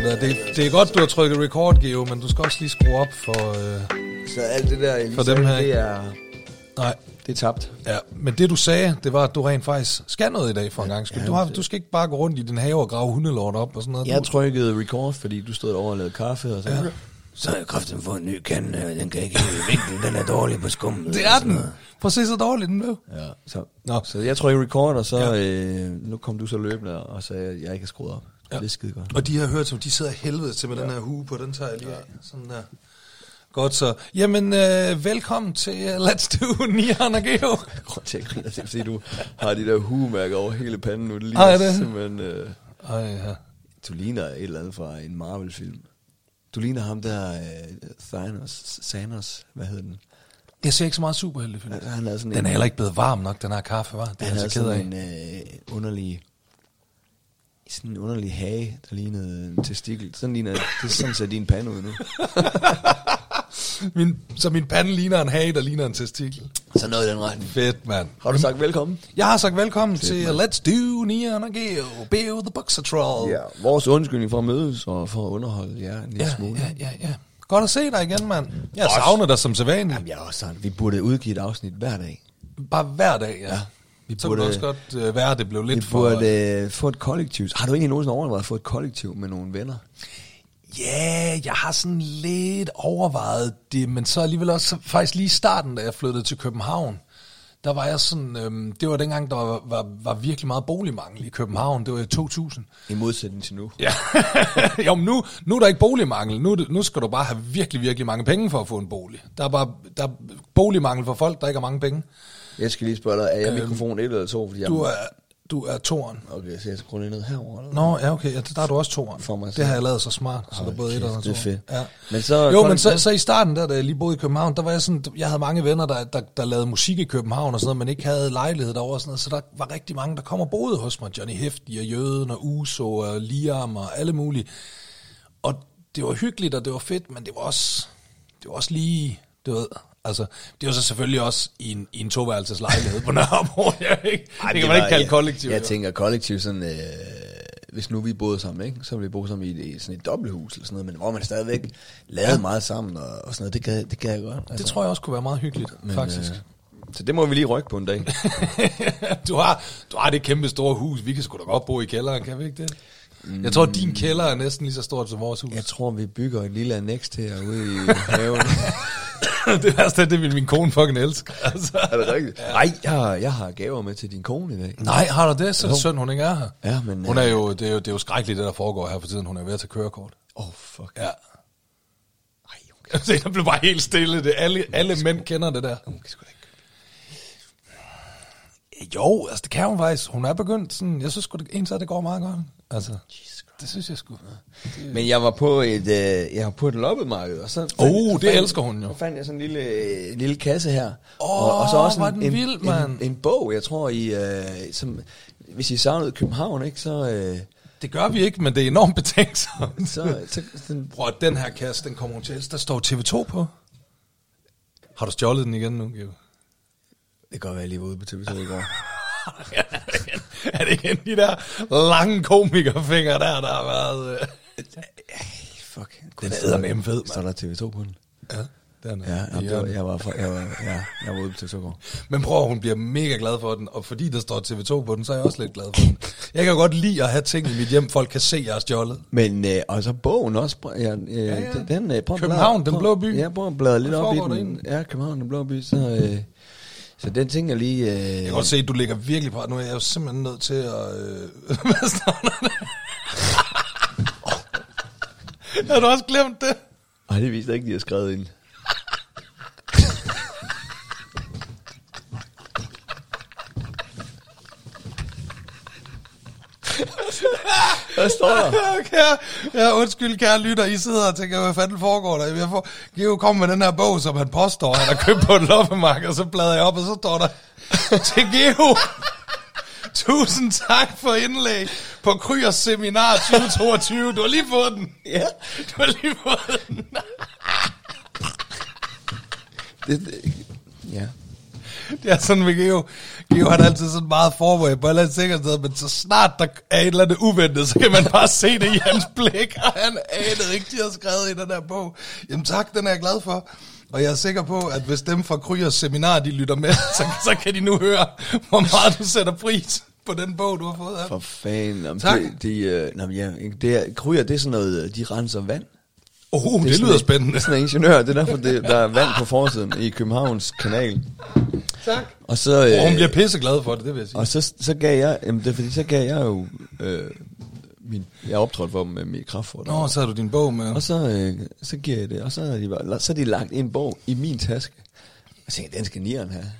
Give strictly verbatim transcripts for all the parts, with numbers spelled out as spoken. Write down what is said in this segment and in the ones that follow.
der. Det, det er godt, du har trykket record, Geo, men du skal også lige skrue op for, øh, så alt det der, for dem her. Det er, nej. Det er tabt. Ja, men det du sagde, det var, at du rent faktisk skal noget i dag for en gang skyld. Du, har, du skal ikke bare gå rundt i din have og grave hundelort op og sådan noget. Jeg trykkede record, fordi du stod over og lavede kaffe og sådan. Ja. Så har jeg kraften fået en ny kande, den kan ikke i vinkel, den er dårlig på skummet. Det er den. Præcis så dårlig den blev. Ja, så, Nå. så jeg trykkede record, og så Ja. øh, nu kom du så løbende og sagde, at jeg ikke har skruet op. Ja. Det er skide godt. Og de har hørt, som de sidder helvede til med ja. den her hue på, den tager jeg lige af. Sådan der. Godt så. Jamen, øh, velkommen til uh, Let's Do Nian og Geo. Grund til at grine, det er fordi du har de der huemærker over hele panden nu. Det ligner Ej, det? simpelthen... Øh, Ej, ja. Du ligner et eller andet fra en Marvel-film. Du ligner ham der, øh, Thanos, Thanos, hvad hedder den? Jeg ser ikke så meget superheltefilm. Altså, han er sådan Den en, er heller ikke blevet varm nok, den her kaffe, var. Det er han jeg er så ked af. sådan en øh, underlig... Sådan en underlig hage, der lignede en testikel. Sådan ligner... Det er sådan ser din pande ud nu. Min, så min pande ligner en hage, der ligner en testikel. Så noget i den retning. Fedt, mand. Har du sagt velkommen? Jeg har sagt velkommen Fedt, til man. Let's Do Nian og Geo, Beo the Boxer Troll. Ja, vores undskyldning for at mødes og for at underholde jer en lille Ja, smule. ja, ja, ja. Godt at se dig igen, mand. Jeg savner dig som sædvanligt. Jamen, jeg er også sådan. Vi burde udgive et afsnit hver dag. Bare hver dag, ja. ja. Vi så burde, kunne det også godt uh, være, at det blev lidt vi for... Vi burde uh, få et kollektiv. Har du egentlig nogensinde overvejet at få et kollektiv med nogle venner? Ja, yeah, jeg har sådan lidt overvejet det, men så alligevel også faktisk lige i starten, da jeg flyttede til København, der var jeg sådan, øhm, det var dengang, der var, var, var virkelig meget boligmangel i København, det var i to tusind. I modsætning til nu. Ja, jo, men nu, nu er der ikke boligmangel, nu, nu skal du bare have virkelig, virkelig mange penge for at få en bolig. Der er bare der er boligmangel for folk, der ikke har mange penge. Jeg skal lige spørge dig, er jeg øhm, mikrofon et eller to? Fordi du er... Du er toeren. Okay, så jeg skal krone ned herovre. Eller? Nå, ja, okay. Ja, der er du også toeren. For mig det har jeg lavet så smart, så okay, der både et og toeren. Det er fedt. Ja. Men så, jo, men så, så i starten, der, da jeg lige boede i København, der var jeg sådan, jeg havde mange venner, der, der, der lavede musik i København og sådan noget, men ikke havde lejlighed derovre og sådan noget, så der var rigtig mange, der kom og boede hos mig. Johnny Hefti og Jøden og Uso og Liam og alle mulige. Og det var hyggeligt, og det var fedt, men det var også, det var også lige, du ved... Altså, det var så selvfølgelig også i en, i en toværelses lejlighed på Nørrebro, jeg ikke? Ej, det, det kan man ikke kalde kollektiv. Jeg, jeg tænker kollektiv sådan, øh, hvis nu vi boede sammen, ikke? Så ville vi bo sammen i, i sådan et dobbelthus eller sådan noget, men hvor man stadigvæk lavede ja. meget sammen og, og sådan noget, det kan, det kan jeg godt. Altså. Det tror jeg også kunne være meget hyggeligt, men, faktisk. Øh, så det må vi lige rykke på en dag. du, har, du har det kæmpe store hus, vi kan sgu da godt bo i kælderen, kan vi ikke det? Mm. Jeg tror, at din kælder er næsten lige så stort som vores hus. Jeg tror, vi bygger et lille annex til herude i haven. Det værste er, det vil min kone fucking elske. Altså. Er det rigtigt? Ja. Nej, jeg har, jeg har gaver med til din kone i dag. Nej, har du det? Så synd, hun ikke er her. Ja, men... Hun er jo, det, er jo, det er jo skrækkeligt, det der foregår her for tiden. Hun er ved at tage kørekort. Åh, oh, fuck. Ja. Ej, okay. Der blev bare helt stille. Det. Alle, alle mænd kender det der. Hun kan sgu da ikke. Jo, altså det kan hun faktisk. Hun er begyndt sådan, jeg synes sgu, det, egentlig det går meget godt. Altså, det synes jeg sgu. Det... Men jeg var på et, øh, jeg var på et loppemarked, og så... Åh, oh, det fandt, elsker hun jo. Så fandt jeg sådan en lille, øh, lille kasse her. Åh, oh, og så også en, en, vild, en, en, en bog, jeg tror, I, øh, som, hvis I savnede København, ikke, så... Øh, det gør vi ikke, men det er enormt betænksomt. Så, så, den... Prøv, den her kasse, den kommer hun til. Der står T V to på. Har du stjålet den igen nu, Geo? Det kan godt være, jeg lige var ude på T V to i går. Er det igen de der lange komikerfingre der, der har været... Øh... Fuck. Den er med fed, står der T V to på den? Ja, den er. Ja, jeg, var, jeg, var, for, jeg, var, ja, jeg var ude på T V to i går. Men prøv, hun bliver mega glad for den, og fordi der står T V to på den, så er jeg også lidt glad for den. Jeg kan godt lide at have ting i mit hjem, folk kan se, jeg har stjålet. Men, øh, og så bogen også, jeg, øh, ja, ja. den... Øh, København, den blå by. Ja, prøv at bladre lidt op i den. Ja, København, den blå by, så... Øh, Så den ting er lige... Øh... Jeg kan godt se, at du ligger virkelig på. Nu er jeg jo simpelthen nødt til at... Øh... Hvad står der? Har du også glemt det? Nej, det viser ikke, de har skrevet ind. Hvad står der? Kære, ja, undskyld, kære lytter, I sidder og tænker, hvad fanden foregår der? Jeg får Geo komme med den her bog, som han påstår, han har købt på et loppemarked, og så bladrer jeg op, og så står der til Geo. Tusind tak for indlæg på Kryers Seminar tyve toogtyve. Du har lige fået den. Ja. Du har lige fået den. det, det, ja. Det er sådan med Geo. Geo han er altid sådan meget forberedt på et eller andet sikkert sted, men så snart der er et eller andet uventet, så kan man bare se det i hans blik, og han anede ikke, de har skrevet i den her bog. Jamen tak, den er jeg glad for. Og jeg er sikker på, at hvis dem fra Kryers seminar, de lytter med, så, så kan de nu høre, hvor meget du sætter pris på den bog, du har fået af. For fanden. Om Tak. De, de, uh, nå, ja, det er, Kryer, det er sådan noget, de renser vand. Oh, det, er det lyder en, spændende. Det er sådan en ingeniør, det er derfor, det, der er vand på forsiden i Københavns kanal. Tak. Og så, øh, oh, hun bliver pisseglad for det, det vil jeg sige. Og så, så gav jeg, jamen det er fordi, så gav jeg jo, øh, min, jeg optrådte for dem med min kraftford. Nå, så har du din bog med. Og så, øh, så giver jeg det, og så har de, bare, så har de lagt en bog i min taske. Og så tænkte jeg, den skal nieren have.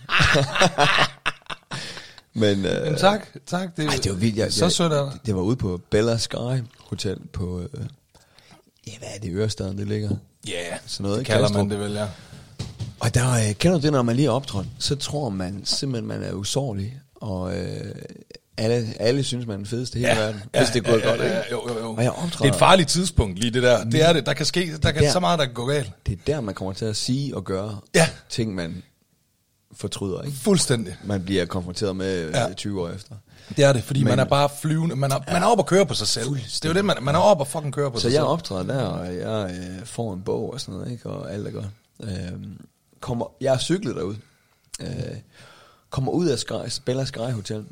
Men, øh, Jamen, tak, tak. Det, ej, det var vildt. Jeg, så jeg, sødt er det, det var ude på Bella Sky Hotel på, øh, ja, hvad er det, Ørestaden, det ligger? Ja, yeah, sådan noget, det kalder Kastrup. man det vel, ja. Og der, øh, kender du det, når man lige er optrådt, så tror man simpelthen, man er usårlig, og øh, alle, alle synes, man er den fedeste i hele Ja, verden, ja, hvis det går ja, godt, ja, ikke? ja, jo, jo, jo. Og jeg optræder, Det er et farligt tidspunkt lige det der. Det er det. Der kan ske, der kan der- så meget, der kan gå galt. det er der, man kommer til at sige og gøre Ja. ting, man fortryder, ikke? Fuldstændig. Man bliver konfronteret med Ja. ja. tyve år efter. Det er det, fordi Men- man er bare flyvende. Man er, ja. man er oppe og køre på sig selv. Det er jo det, man, man er oppe og fucking køre på Så sig jeg selv. optræder der, og jeg øh, får en bog og sådan noget, ikke? Og alt er godt. Øh, kommer, jeg er cyklet derud. Øh, kommer ud af Sky, Bella Sky Hotel.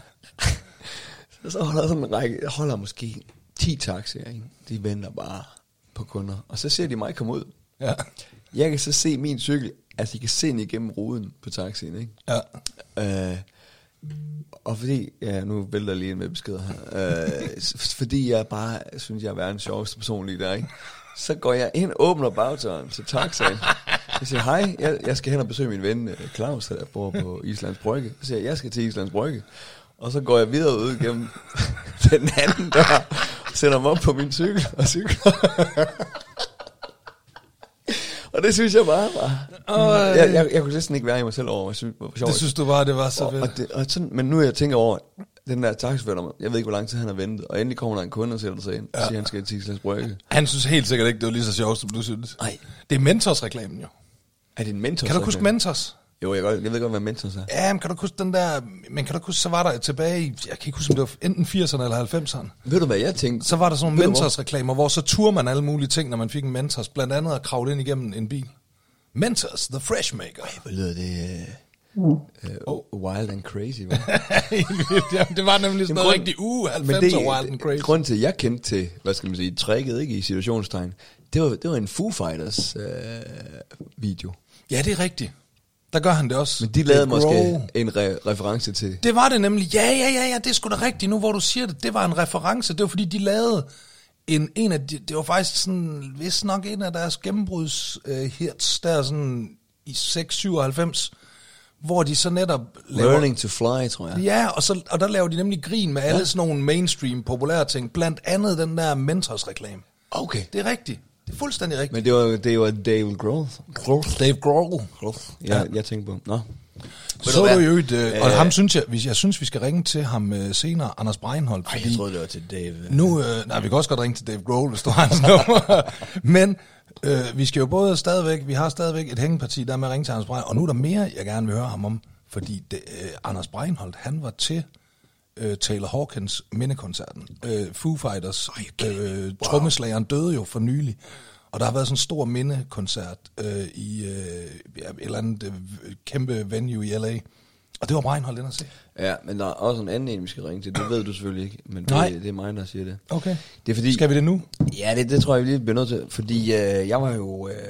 Så holder der sådan en række, jeg holder måske ti taxier, ikke? De venter bare på kunder. Og så ser de mig komme ud. Ja. Jeg kan så se min cykel, altså I kan se den igennem ruden på taxien, ikke? Ja. Øh, og fordi, ja, nu vælter jeg lige en med beskeder her, øh, s- fordi jeg bare synes, jeg er verdens sjoveste person lige der, ikke? Så går jeg ind, åbner bagdøren til taxaen. Jeg siger, hej, jeg, jeg skal hen og besøge min ven øh, Claus, der bor på Islands Brygge. Så siger jeg, jeg skal til Islands Brygge. Og så går jeg videre ud gennem den anden dør, sætter mig op på min cykel og cykler. Og det synes jeg bare var... Øj. Jeg, jeg, jeg kunne næsten ikke være i mig selv over, hvor sy- hvor sjovt. Det synes du bare, det var så og, fedt. og det, og sådan, men nu er jeg tænker over, den der taxichauffør, jeg ved ikke, hvor lang tid han har ventet, og endelig kommer der en kunde og sætter sig ind, og siger, han skal til Islands Brygge. Han synes helt sikkert ikke, det var lige så sjovt, som du synes. Nej. Det er Mentos-reklamen jo. Er det en mentor? Kan du huske Mentos? Jo, jeg, godt, jeg ved godt, hvad Mentos er. Ja, men kan du huske den der... Men kan du huske, så var der tilbage i... Jeg kan ikke huske, om det var enten firserne eller halvfemserne. Ved du, hvad jeg tænkte? Så var der sådan nogle Ved du hvor? Mentos-reklamer, hvor så turde man alle mulige ting, når man fik en Mentos. Blandt andet at kravle ind igennem en bil. Mentos, the fresh maker. Hvor lyder det... Uh, uh, wild and crazy, hva'? Ja, det var nemlig sådan noget rigtig uh, halvfemser wild and crazy. Grunden til, at jeg kendte til, hvad skal man sige, tricket, ikke, i situationstegn, det var, det var en Foo Fighters øh, video. Ja, det er rigtigt. Der gør han det også. Men de lavede Dave måske Grohl. en re- reference til... Det var det nemlig. Ja, ja, ja, ja, det er sgu da rigtigt nu, hvor du siger det. Det var en reference. Det var fordi, de lavede en, en af de, det var faktisk sådan, vist nok en af deres gennembrudshits, uh, der sådan i seks syvoghalvfems, hvor de så netop laver... Learning to Fly, tror jeg. Ja, og, så, og der laver de nemlig grin med alle ja. sådan nogle mainstream populære ting, blandt andet den der Mentos-reklame. Okay. Det er rigtigt. Det er fuldstændig rigtigt. Men det var, det var Dave Grohl. Grohl. Dave Grohl. Grohl. Jeg, jeg tænkte på. Nå. Så du jo et, øh, og Øh, ham synes jeg, hvis jeg synes, vi skal ringe til ham øh, senere, Anders Breinholt. Ej, jeg troede, det var til Dave. Nu, øh, nej, vi kan også godt ringe til Dave Grohl, hvis du har hans nummer. Men øh, vi skal jo både stadigvæk, vi har stadigvæk et hængeparti, der er med at ringe til Anders Breinholt, og nu er der mere, jeg gerne vil høre ham om, fordi det, øh, Anders Breinholt, han var til øh, Taylor Hawkins mindekoncerten. Øh, Foo Fighters, øh, wow. Trommeslageren døde jo for nylig. Og der har været sådan en stor mindekoncert øh, i øh, ja, et eller andet øh, kæmpe venue i L A. Og det var Breinholt ind at se. Ja, men der er også en anden en, vi skal ringe til. Det ved du selvfølgelig ikke, men Nej. det, det er mig, der siger det. Okay. Det er fordi... Skal vi det nu? Ja, det, det tror jeg, vi lige bliver nødt til. Fordi øh, jeg var jo... Øh,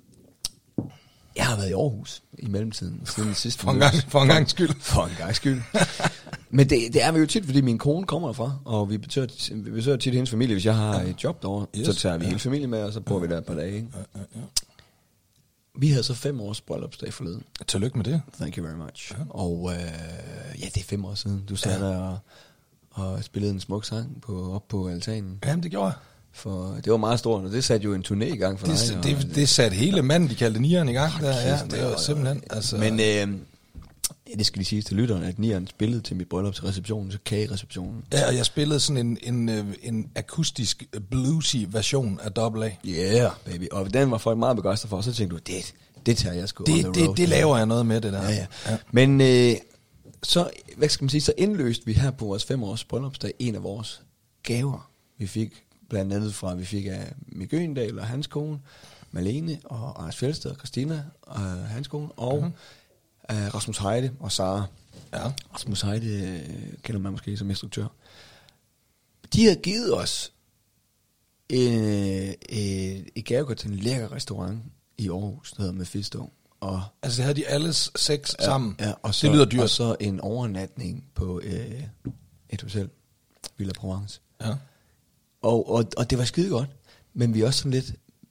jeg har været i Aarhus i mellemtiden. Siden sidste For en gang, for en gang skyld. For en gang skyld. Men det, det er vi jo tit, fordi min kone kommer derfra, og vi besøger, vi besøger tit hendes familie. Hvis jeg har et job derovre, Yes. så tager vi Ja. hele familien med, og så bor vi der et par dage. Ikke? Ja, ja, ja. Vi havde så fem års bryllupsdag forleden. Tillykke med det. Thank you very much. Ja. Og øh, ja, det er fem år siden. Du sad ja. der og, og spillede en smuk sang på, op på altanen. Jamen, det gjorde jeg. For det var meget stort, og det satte jo en turné i gang for Det, dig. det, og, det, det satte hele manden, de kaldte nieren i gang. Der, ja, kæft, det var var- simpelthen... Altså, Men øh, ja, det skal lige siges til lytteren, at nieren spillede til mit bryllup til receptionen, så kagereceptionen. ja, og jeg spillede sådan en, en, øh, en akustisk bluesy version af Double A. Yeah, baby. Og den var folk meget begejstret for, og så tænkte du, det, det tager jeg sgu on the Det, det, road. det laver jeg noget med, det der. Ja, ja. ja. Men øh, så, hvad skal man sige, så indløste vi her på vores femårs bryllupsdag en af vores gaver. Vi fik blandt andet fra, vi fik af Mick Øgendal og hans kone, Malene og Anders Fjeldsted og Christina og hans kone, og mm-hmm. uh, Rasmus Heide og Sara. Ja. Rasmus Heide øh, kender man måske som instruktør. De havde givet os en, øh, et gavekort til en lækker restaurant i Aarhus, der hedder Mephisto. Og Altså det havde de alle seks ja, sammen. Ja, og så, det lyder dyrt. Og så en overnatning på øh, et hotel, Villa Provence. Ja. Og, og, og det var skide godt, men vi er også sådan lidt,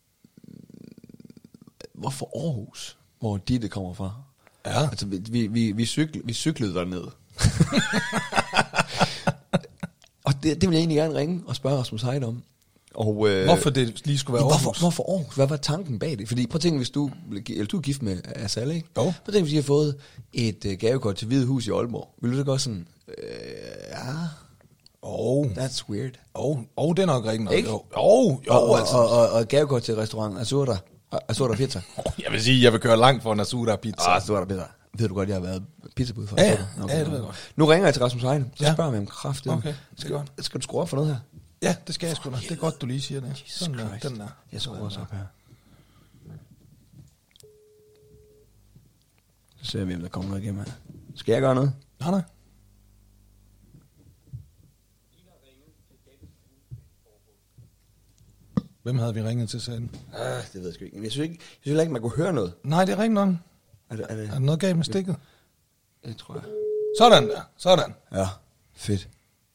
hvorfor Aarhus, hvor de det kommer fra? Ja. Altså vi, vi, vi, cykl, vi cyklede derned. Og det, det vil jeg egentlig gerne ringe og spørge Rasmus Heide om. Og, øh, hvorfor det lige skulle være Aarhus? Hvorfor, hvorfor Aarhus? Hvad var tanken bag det? Fordi prøv at tænke, hvis du, eller du er gift med Asal, ikke? Jo. Prøv at tænke, hvis I har fået et uh, gavekort til Hvide Hus i Aalborg. Vil du så godt sådan, øh, ja, oh. that's weird. Oh, oh, det er nok rigtigt nok. Ikke? Jo, jo, jo Og, altså. og, og, og gavekort til restaurant Azurda, Azurda Pizza. Jeg vil sige, jeg vil køre langt for en Asura pizza. Ah, Azurda Pizza. Ved du godt, jeg har været pizzabud for? Ja, ja. Okay, Ja, det ved jeg godt. Nu ringer jeg til Rasmus Heide, så Ja. spørger vi om kraft. Okay, det er skal, godt. skal du skrue op for noget her? Ja, det skal jeg sgu da. Det er godt, du lige siger det. Sådan der, den der. Jeg skruer også op her. Så ser vi, om der kommer noget igennem her. Skal jeg gøre noget? Nej, nej. Hvem havde vi ringet til sagen? Ah, det ved jeg sgu ikke. Jeg synes ikke, jeg synes ikke, man kunne høre noget. Nej, det er rigtigt nok. Er det, er det? Er der noget galt med stikket? Det tror jeg. Sådan der. Sådan. Ja, fedt.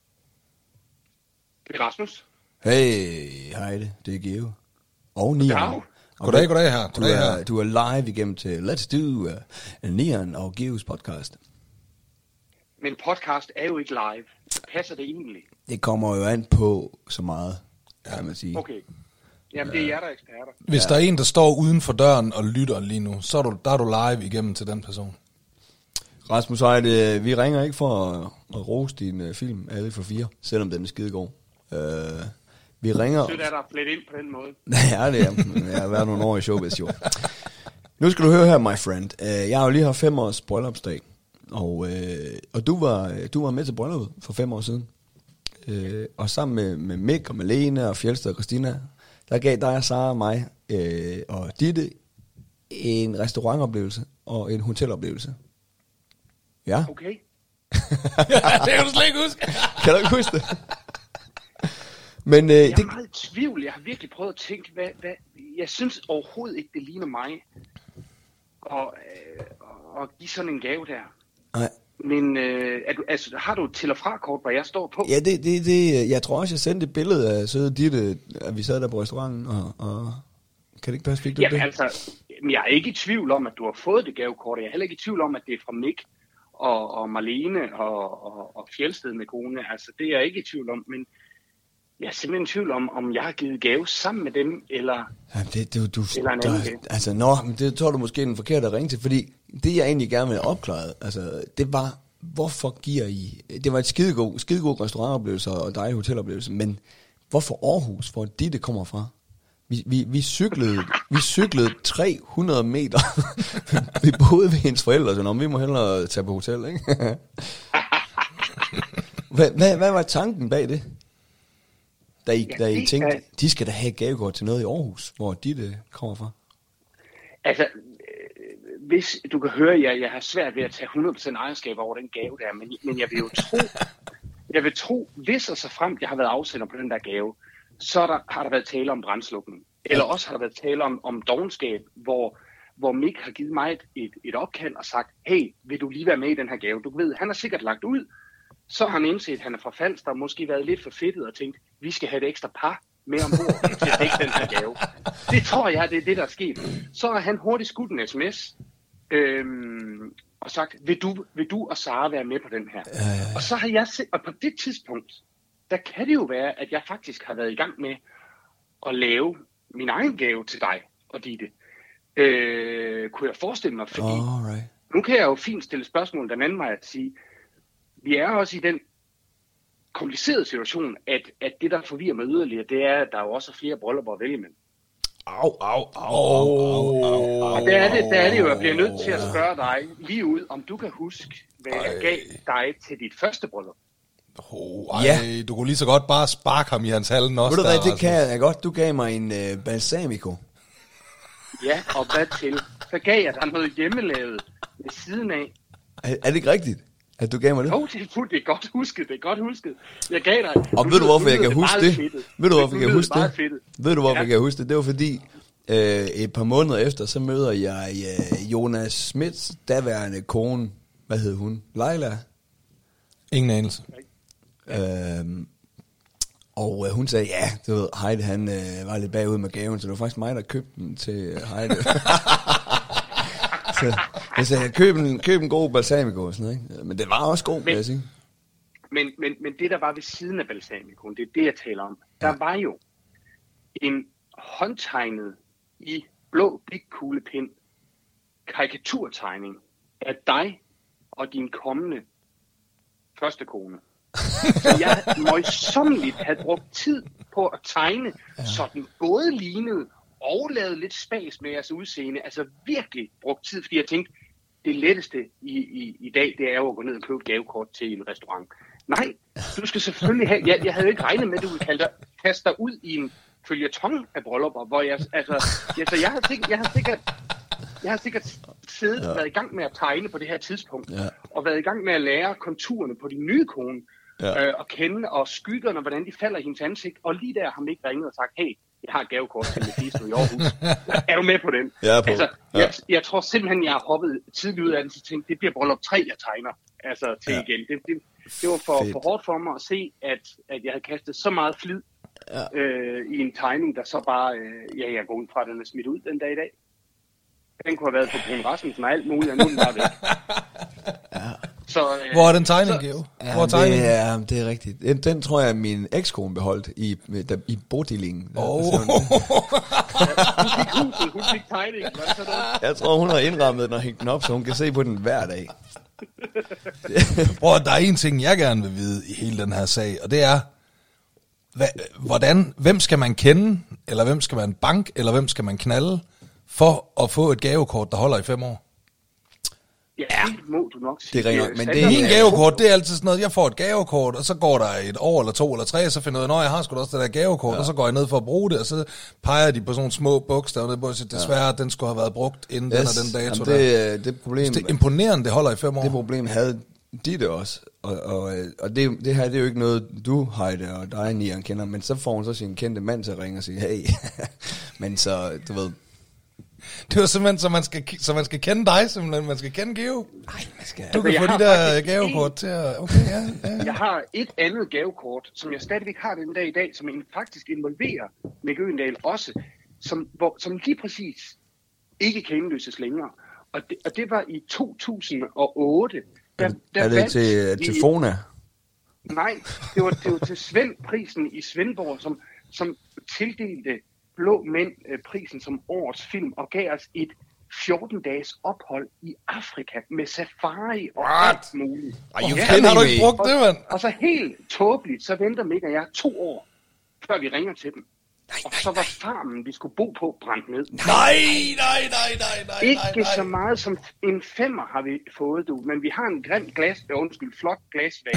Det er Rasmus. Hey, Heide, det er Geo. Og Nian. Goddag. Goddag, goddag her. Du Goddag er, her. du er live igennem til Let's Do uh, Nian og Geos podcast. Men podcast er jo ikke live. Passer det egentlig? Det kommer jo an på så meget, kan man sige. Okay. Jamen, det er jer, der er eksperter. Hvis der er en, der står uden for døren og lytter lige nu, så er du, der er du live igennem til den person. Rasmus Heide, vi ringer ikke for at, at rose din uh, film, Alle for fire, selvom den er skidegod. Uh, vi ringer... Sødt er der flet ind på den måde. Ja, det er. Jeg har været nogle år i showbiz, jo. Nu skal du høre her, my friend. Uh, jeg har jo lige haft fem års bryllupsdag, og, uh, og du, var, du var med til brylluppet for fem år siden. Uh, og sammen med, med Mick og Malene og Fjeldsted og Christina, der gav dig og Sara og mig uh, og Ditte en restaurantoplevelse og en hoteloplevelse. Ja. Okay. Det kan du slet ikke huske. Kan du ikke huske det? Men øh, Jeg er det... meget i tvivl. Jeg har virkelig prøvet at tænke, hvad, hvad... Jeg synes overhovedet ikke, det ligner mig at, øh, at give sådan en gave der. Nej. Men øh, er du, altså, har du et til- og fra-kort, hvor jeg står på? Ja, det, det, det, jeg tror også, jeg sendte et billede af søde Ditte, at vi sad der på restauranten, og, og kan det ikke passe, fik du Jamen det? altså, jeg er ikke i tvivl om, at du har fået det gavekort. Jeg er heller ikke i tvivl om, at det er fra Mick og, og Marlene og, og, og Fjeldsted med kone. Altså, det er jeg ikke i tvivl om, men jeg er simpelthen i tvivl om, om jeg har givet gave sammen med dem, eller... Ja, det, du, du, Eller en anden der, gave. altså, nå, men det tror du måske er den forkerte at ringe til, fordi det, jeg egentlig gerne ville have opklaret, altså, det var, hvorfor giver I... Det var et skidegod, skidegod restaurantoplevelse og dejlig hoteloplevelse, men hvorfor Aarhus, hvor det, det kommer fra? Vi, vi, vi, cyklede, vi cyklede tre hundrede meter. Vi boede ved hendes forældre, så nå, vi må hellere tage på hotel, ikke? hvad, hvad, hvad var tanken bag det? Da I, Ja, da I det tænkte, er- de skal da have et gavekort til noget i Aarhus, hvor de det kommer fra. Altså, øh, hvis du kan høre, at jeg, jeg har svært ved at tage hundrede procent ejerskab over den gave der, men, men jeg vil jo tro, jeg vil tro, hvis og så fremt jeg har været afsender på den der gave, så er der, har der været tale om brandslukning. Eller også har der været tale om, om dovenskab, hvor, hvor Mick har givet mig et, et, et opkald og sagt, hey, vil du lige være med i den her gave? Du ved, han har sikkert lagt ud, så har han indset, at han er fra Falster, og måske været lidt for fedtet og tænkt, vi skal have et ekstra par med ombord til at dække den her gave. Det tror jeg, det er det, der er sket. Så har han hurtigt skudt en sms øhm, og sagt, vil du, vil du og Sara være med på den her? Øh. Og så har jeg set, og på det tidspunkt, der kan det jo være, at jeg faktisk har været i gang med at lave min egen gave til dig og Ditte. Øh, kunne jeg forestille mig, fordi Alright. nu kan jeg jo fint stille spørgsmål den anden vej at sige, vi er også i den komplicerede situation, at, at det, der forvirrer mig yderligere, det er, at der jo også er flere bryllupper at vælge med. Au, au, au, au, au, au. Og der er, det, der er det jo, jeg bliver nødt til at spørge dig lige ud, om du kan huske, hvad jeg gav dig til dit første bryllup. Oh, ej, Ja. du kunne lige så godt bare sparke ham i hans halen også. Ved du hvad, der, det kan jeg godt. Du gav mig en øh, balsamico. Ja, og hvad til? Så gav jeg dig noget hjemmelavet ved siden af. Er, er det ikke rigtigt, at du gav mig det? Jo, det er fuldt, det er godt husket, det er godt husket. Jeg gav dig... Og ved du, hvorfor jeg kan huske det? Ved du, hvorfor jeg kan huske det? Fedtet. Ved du, hvorfor Ja. jeg kan huske det? Det var fordi, øh, et par måneder efter, så møder jeg øh, Jonas Smits daværende kone. Hvad hed hun? Leila. Ingen anelse. Øhm, og øh, hun sagde, ja, du ved, Heide, han øh, var lidt bagud med gaven, så det var faktisk mig, der købte den til øh, Heide. så jeg sagde, køb en, køb en god balsamico og sådan noget, ikke? Men det var også god, vil jeg sige. Men, men, men det, der var ved siden af balsamicoen, det er det, jeg taler om. Der var jo en håndtegnet i blå bigkuglepind karikaturtegning af dig og din kommende første kone. Så jeg møjsommeligt havde brugt tid på at tegne, ja. Så den både lignede og lavede lidt spas med jeres udseende. Altså virkelig brugt tid, fordi jeg tænkte, det letteste i, i, i dag, det er jo at gå ned og købe et gavekort til en restaurant. Nej, du skal selvfølgelig have... Jeg, jeg havde jo ikke regnet med, at du ville kalde dig, kaste dig ud i en føljeton af bryllupper, hvor jeg... Altså, ja, så jeg har sikkert... Jeg har sikkert Jeg har sikkert siddet og ja. været i gang med at tegne på det her tidspunkt, ja. og været i gang med at lære konturerne på din nye kone, ja. øh, og kende og skyggerne, hvordan de falder i hendes ansigt, og lige der har man ikke ringet og sagt, hey, jeg har et gavekort til Mephisto i Aarhus. Er du med på den? Jeg er på. Altså, ja. jeg, jeg tror simpelthen, jeg har hoppet tidligt ud af den, så tænkte, det bliver bryllup tre, jeg tegner altså, til ja. igen. Det, det, det var for, for hårdt for mig at se, at, at jeg havde kastet så meget flid ja. øh, i en tegning, der så bare, øh, ja, jeg går ud fra, at den er smidt ud den dag i dag. Den kunne have været på Brun Rasmussen og alt muligt, og nu er den bare væk. Ja. Så, øh, Hvor er den tegning, Geo? Ja, Hvor er tegningen? det, er, det er rigtigt. Den, den tror jeg, min ekskone beholdt i, der, i bodilingen. Oh. Ja, hun fik huset, hun fik tegningen. Var det så det? Jeg tror, hun har indrammet den og hængt den op, så hun kan se på den hver dag. Bror, der er en ting, jeg gerne vil vide i hele den her sag, og det er, hvad, hvordan, hvem skal man kende, eller hvem skal man bank, eller hvem skal man knalde, for at få et gavekort, der holder i fem år? Ja, det må du nok sige. Det ringer, men det Min gavekort, det er altid sådan noget, jeg får et gavekort, og så går der et år, eller to, eller tre, og så finder jeg ud af, jeg har sgu da også det der gavekort, ja. Og så går jeg ned for at bruge det, og så peger de på sådan nogle små bogstaver, ned på at sige, desværre, ja. Den skulle have været brugt inden yes. den og den dato. Jamen, der. det, det, problem, det er imponerende, det holder i fem år. Det problem havde de det også, og, og, og det, det her det er jo ikke noget, du, Heide, og dig, Nian, kender, men så får hun så sin kendte mand til at ringe og sige, hey, men så, du ved... Det var simpelthen, så man skal, så man skal kende dig, simpelthen. Man skal kende Geo. Nej, man skal... Du kan altså, få de der gavekort en... til at... Okay, ja, ja. Jeg har et andet gavekort, som jeg stadigvæk har den dag i dag, som faktisk involverer Mikke Øgendahl også, som, hvor, som lige præcis ikke kan indløses længere. Og det, og det var i to tusind og otte. Der, der er det til, til Fona? Nej, det var, det var til Svend-prisen i Svendborg, som, som tildelte Blå Mænd øh, prisen som årets film, og gav os et fjorten-dages ophold i Afrika med safari og What? alt muligt. Are you kidding? Har du ikke brugt det, mand? Og, og så helt tåbeligt, så venter Mikke og jeg to år, før vi ringer til dem. Nej, og så var farmen, vi skulle bo på, brændt ned. Nej, nej, nej, nej, nej, Ikke nej, nej. så meget som en femmer har vi fået, du. Men vi har en grim glas, øh, undskyld, flot glasvæg,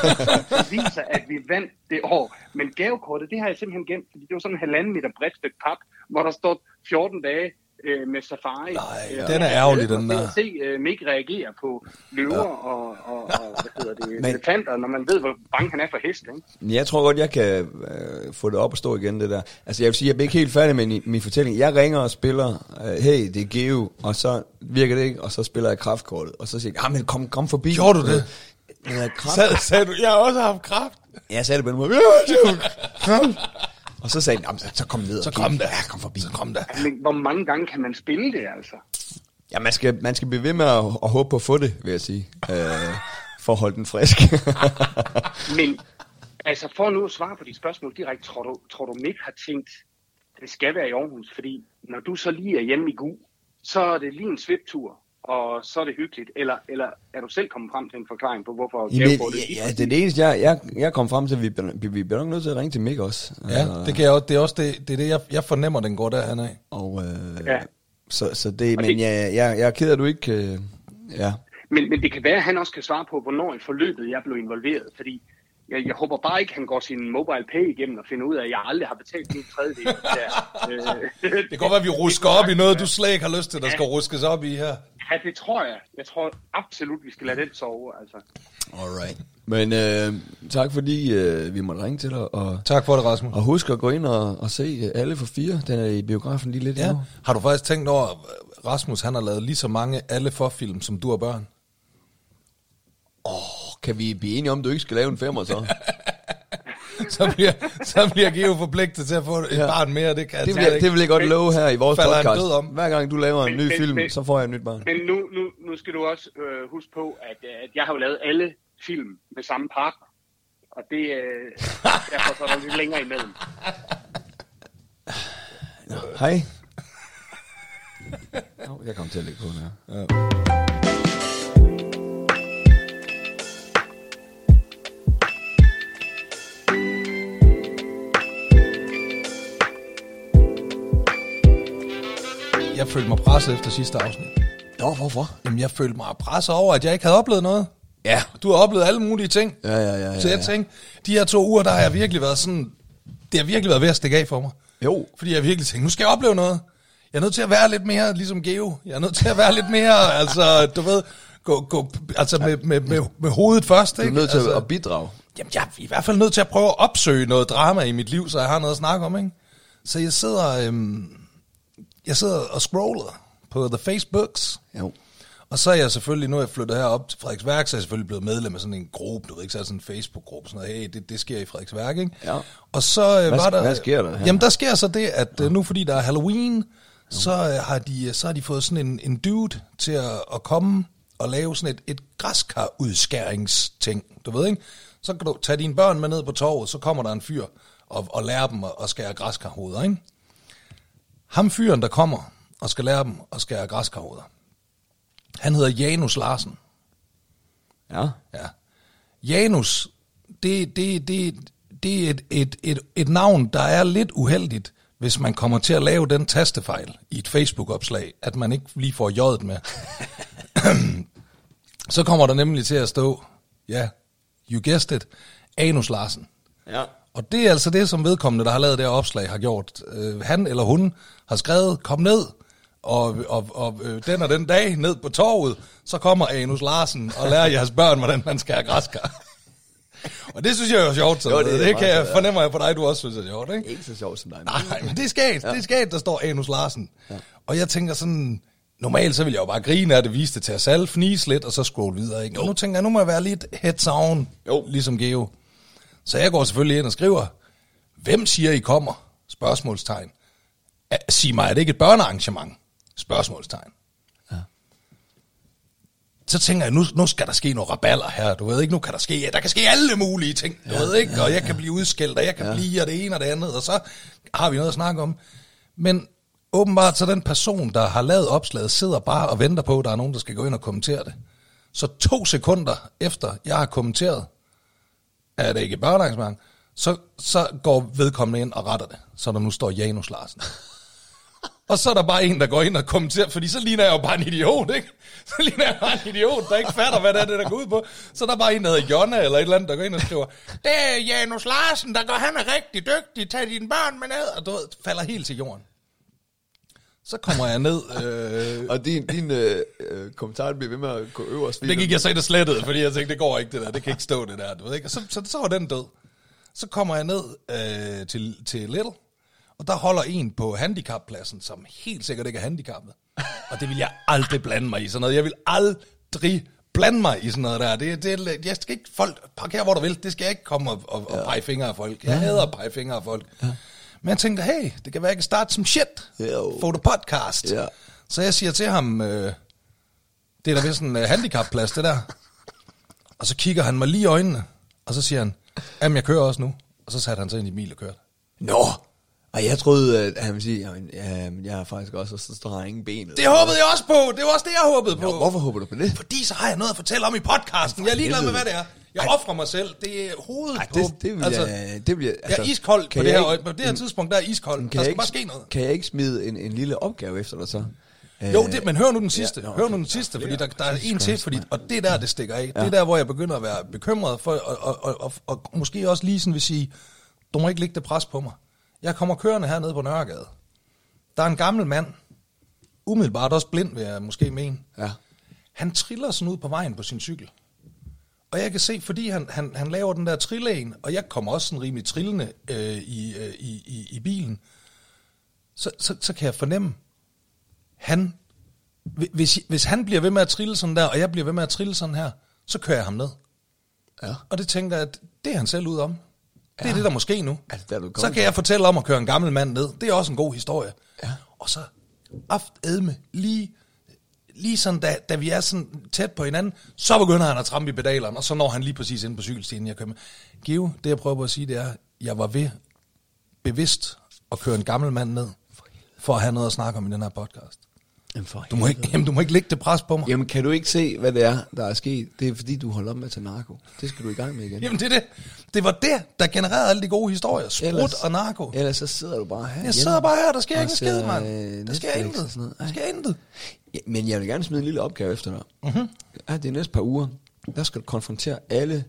som viser, at vi vandt det år. Men gavekortet, det har jeg simpelthen gemt, fordi det var sådan en halvanden meter bredt stykke pap, hvor der stod fjorten dage øh, med safari. Nej, øh, den er ærgerlig, den der. Jeg se uh, Mikke reagere på løver ja. og, og, og hvad hedder det, Men... elefanter, når man ved, hvor bange han er for heste, ikke? Jeg tror godt, jeg kan øh, få det op og stå igen, det der. Altså, jeg vil sige, jeg bliver ikke helt færdig med min, min fortælling. Jeg ringer og spiller, øh, hey, det er Geo, og så virker det ikke, og så spiller jeg kraftkortet, og så siger jeg, men kom, kom forbi. Gjorde du det? Øh, Sag, sagde du, jeg har også haft kraft? Ja, jeg sagde det på den måde, ja, kraft. Og så sagde han, så, så kom ned. Så kom der. Ja, kom forbi. Så kom der. Men hvor mange gange kan man spille det, altså? Ja, man skal, man skal blive ved med at, at håbe på at få det, vil jeg sige. Øh, for at holde den frisk. Men, altså for nu at svare på de spørgsmål direkte, tror du, tror du Mick har tænkt, det skal være i Aarhus? Fordi når du så lige er hjemme i Gu, så er det lige en sviptur og så er det hyggeligt? Eller, eller er du selv kommet frem til en forklaring på, hvorfor Jamen, gavekortet... ja, ja, det er det eneste, jeg, jeg, jeg kom frem til, at vi, vi, vi bliver nok nødt til at ringe til Mick også. Ja, uh, det, kan jeg også, det er også det, det, er det jeg, jeg fornemmer, den går derhen af. Og, øh, ja. Så, så det, men det, ja, jeg, jeg er ked af, at du ikke... Øh, ja. men, men det kan være, at han også kan svare på, hvornår i forløbet jeg blev involveret, fordi jeg, jeg håber bare ikke, at han går sin mobile pay igennem og finder ud af, at jeg aldrig har betalt min tredjedel. Det kan godt være, at vi rusker op i noget, du slet ikke har lyst til, der ja. skal ruskes op i her. Ja, det tror jeg. Jeg tror absolut, vi skal lade den sove, altså. Alright. Men øh, tak fordi øh, vi måtte ringe til dig. Og, tak for det, Rasmus. Og husk at gå ind og, og se Alle for fire. Den er i biografen lige lidt. Ja. Har du faktisk tænkt over, Rasmus han har lavet lige så mange Alle for film, som du og børn? Åh, oh, kan vi blive enige om, at du ikke skal lave en femmer så? så, bliver, så bliver Geo forpligtet til at få et ja. barn mere. Det, kan det, bliver, det vil jeg godt love her i vores podcast. Om. Hver gang du laver en men, ny men, film, men, så får jeg et nyt barn. Men nu, nu, nu skal du også øh, huske på, at, at jeg har jo lavet alle film med samme partner. Og det øh, derfor så er der lidt længere imellem. Nå, hej. Jeg kom til at lægge på den her. Ja. Jeg følte mig presset efter sidste afsnit. Nå, hvorfor? Jamen, jeg følte mig presset over, at jeg ikke havde oplevet noget. Ja. Du har oplevet alle mulige ting. Ja, ja, ja. ja så jeg tænkte, de her to uger, der har jeg virkelig været sådan... Det har virkelig været ved at stikke af for mig. Jo. Fordi jeg virkelig tænkte, nu skal jeg opleve noget. Jeg er nødt til at være lidt mere ligesom Geo. Jeg er nødt til at være lidt mere, altså, du ved... Gå, gå, altså med, med, med, med hovedet først, ikke? Du er nødt til altså, at bidrage. Jamen, jeg er i hvert fald nødt til at prøve at opsøge noget drama i mit liv, så jeg har noget at snakke om, ikke? Så jeg sidder... Øhm, jeg sidder og scroller på the Facebooks. Jo. Og så er jeg selvfølgelig, nu er jeg flyttet herop til Frederiksværk, så er jeg selvfølgelig blevet medlem af sådan en gruppe, du ved ikke, så er sådan en Facebook-gruppe, sådan noget, hey, det, det sker i Frederiksværk, ikke? Ja. Og så øh, hvad, var der... Hvad sker der her? Jamen, der sker så det, at ja. nu fordi der er Halloween, så, øh, har de, så har de fået sådan en, en dude til at, at komme og lave sådan et, et græskar-udskæringsting, du ved ikke? Så kan du tage dine børn med ned på torvet, så kommer der en fyr og, og lærer dem at, at skære græskarhoveder, ikke? Ham fyren, der kommer og skal lære dem at skære græskarhoveder, han hedder Janus Larsen. Ja. Ja. Janus, det, det, det, det er et, et, et, et navn, der er lidt uheldigt, hvis man kommer til at lave den tastefejl i et Facebook-opslag, at man ikke lige får jødet med. Så kommer der nemlig til at stå, ja, you guessed it, Anus Larsen. Ja. Og det er altså det, som vedkommende, der har lavet det her opslag, har gjort. Øh, han eller hun har skrevet, kom ned, og, og, og øh, den og den dag ned på torvet, så kommer Anus Larsen og lærer jeres børn, hvordan man skærer græskar. Og det synes jeg er sjovt. Jo, det, det kan jeg fornemme jeg på dig, du også synes er sjovt, ikke? Ikke så sjovt som dig. Nej, men det er skægt, ja. det er skægt, der står Anus Larsen. Ja. Og jeg tænker sådan, normalt så vil jeg jo bare grine af det, vise det til os alle, fnise lidt, og så scroll videre, ikke? Og nu tænker jeg, nu må jeg være lidt heads on, jo. Ligesom Geo. Så jeg går selvfølgelig ind og skriver, hvem siger I kommer? Spørgsmålstegn. Sig mig, er det ikke et børnearrangement? Spørgsmålstegn. Ja. Så tænker jeg, nu, nu skal der ske noget raballer her, du ved ikke, nu kan der ske, ja, der kan ske alle mulige ting, du ja, ved ikke, og jeg ja, kan blive udskældt, og jeg kan ja. blive, og det ene og det andet, og så har vi noget at snakke om. Men åbenbart så den person, der har lavet opslaget, sidder bare og venter på, at der er nogen, der skal gå ind og kommentere det. Så to sekunder efter, jeg har kommenteret, er det ikke et børnearrangement, så, så går vedkommende ind og retter det, så der nu står Janus Larsen. Og så er der bare en, der går ind og kommenterer, fordi så ligner jeg jo bare en idiot, ikke? Så ligner jeg bare en idiot, der ikke fatter, hvad det er, det der går ud på. Så er der bare en, der hedder Jonna, eller et eller andet, der går ind og skriver, det er Janus Larsen, der går, han er rigtig dygtig, tag dine børn med ned, og du ved, falder helt til jorden. Så kommer jeg ned. Øh... og din, din øh, kommentar bliver ved med at gå øverst. Det gik jeg så ind og slettede, fordi jeg tænkte, det går ikke det der, det kan ikke stå det der, du ved ikke. Og så, så, så var den død. Så kommer jeg ned øh, til, til Little, og der holder en på handicappladsen, som helt sikkert ikke er handicappet. Og det vil jeg aldrig blande mig i sådan noget. Jeg vil aldrig blande mig i sådan noget der. Det, det, jeg skal ikke, folk, parker hvor du vil, det skal jeg ikke komme og, og, og pege fingre af folk. Jeg hader at pege fingre af folk. Ja. Men jeg tænkte, hey, det kan være, jeg kan starte som shit. Foto podcast. Ja. Så jeg siger til ham, øh, det er da vist en uh, handicapplads, det der. Og så kigger han mig lige i øjnene, og så siger han, jamen jeg kører også nu. Og så satte han sig ind i bil og kørte. Nå, Og jeg troede, at han ville sige, jamen, ja, men jeg har faktisk også, og så står der ingen ben. Det håbede jeg også på. Det var også det, jeg håbede på. Jo, hvorfor håber du på det? Fordi så har jeg noget at fortælle om i podcasten. Jeg er ligeglad med, hvad det er. Jeg offrer mig selv. Det er hovedet Ej, på. det, det vil altså, jeg, det vil jeg, altså, jeg er iskold på det, her, ikke, på det her tidspunkt. Der er iskold. Der skal ikke, bare ske noget. Kan jeg ikke smide en, en lille opgave efter dig så? Jo, det, men hør nu den sidste. Ja, nå, hør nu den sidste, fordi der, der er en til, fordi, og det er der, det stikker af. Ja. Det er der, hvor jeg begynder at være bekymret for, og, og, og, og, og måske også lige sådan vil sige, du må ikke lægge det pres på mig. Jeg kommer kørende hernede på Nørregade. Der er en gammel mand, umiddelbart også blind, vil jeg måske mene. Ja. Han triller sådan ud på vejen på sin cykel. Og jeg kan se, fordi han, han, han laver den der trilleen, og jeg kommer også sådan rimelig trillende øh, i, øh, i, i, i bilen, så, så, så kan jeg fornemme, han, hvis, hvis han bliver ved med at trille sådan der, og jeg bliver ved med at trille sådan her, så kører jeg ham ned. Ja. Og det tænker jeg, at det er han selv ud om. Det er Ja. det, der måske nu. Altså, der er du Så kan jeg fortælle om at køre en gammel mand ned. Det er også en god historie. Ja. Og så aftedme, lige, lige sådan, da, da vi er sådan tæt på hinanden, så begynder han at trampe i pedalerne, og så når han lige præcis ind på cykelstien, jeg kører med. Geo, det jeg prøver på at sige, det er, jeg var ved bevidst at køre en gammel mand ned, for at have noget at snakke om i den her podcast. Jamen, for Du må ikke, jamen, du må ikke lægge det pres på mig. Jamen, kan du ikke se, hvad det er, der er sket? Det er fordi, du holder op med at tage narko. Det skal du i gang med igen. Jamen, det er det. Det var det, der genererede alle de gode historier. Sprut Ellers- og narko. Ellers så sidder du bare her. Jeg sidder bare her, der sker og ikke en ser, skid, mand. øh, Der sker Netflix intet. og sådan noget. Der Ej. sker intet. Ja, men jeg vil gerne smide en lille opgave efter dig. Mhm. Ja, det er næste par uger. Der skal du konfrontere alle,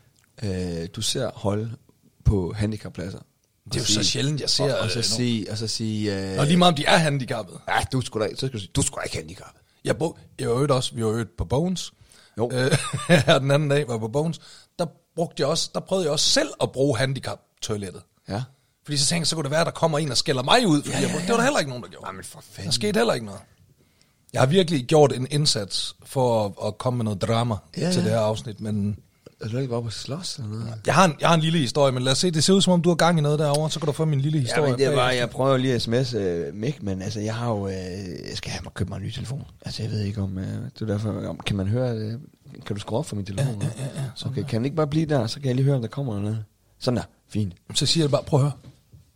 øh, du ser holde på handicappladser. Det er jo så sjældent, jeg ser Og, og så øh, sige, og så sige, øh, Og lige meget om de er handicappede. ja, du skulle da, så skal du sige, du skulle da ikke handicappet. Jeg, bo, jeg var øvet også, vi var øvet på Bones. Jo. Øh, her den anden dag var jeg på Bones. Der brugte jeg også, der prøvede jeg også selv at bruge handicap-toilettet. Ja. Fordi så tænkte jeg, så kunne det være, at der kommer en og skælder mig ud. Fordi Ja, ja, jeg, ja. det var der heller ikke nogen, der gjorde. Jamen for fanden. Der skete heller ikke noget. Jeg har virkelig gjort en indsats for at, at komme med noget drama Ja, til ja. det her afsnit. Men Er du ikke bare på slås eller noget? jeg har, en, jeg har en lille historie, men lad os se, det ser ud som om, du har gang i noget derovre. Så kan du få min lille historie. Ja, men det er bag. bare, jeg prøver lige at sms'e uh, Mick, men altså, jeg har jo, uh, jeg skal have mig købe mig en ny telefon. Altså, jeg ved ikke om, uh, det er derfor, om, kan man høre det? Kan du skrue op for min telefon? Ja, ja, ja, ja, Okay, kan den ikke bare blive der, så kan jeg lige høre, om der kommer noget. Sådan der, fint. Så siger jeg bare, prøv at høre.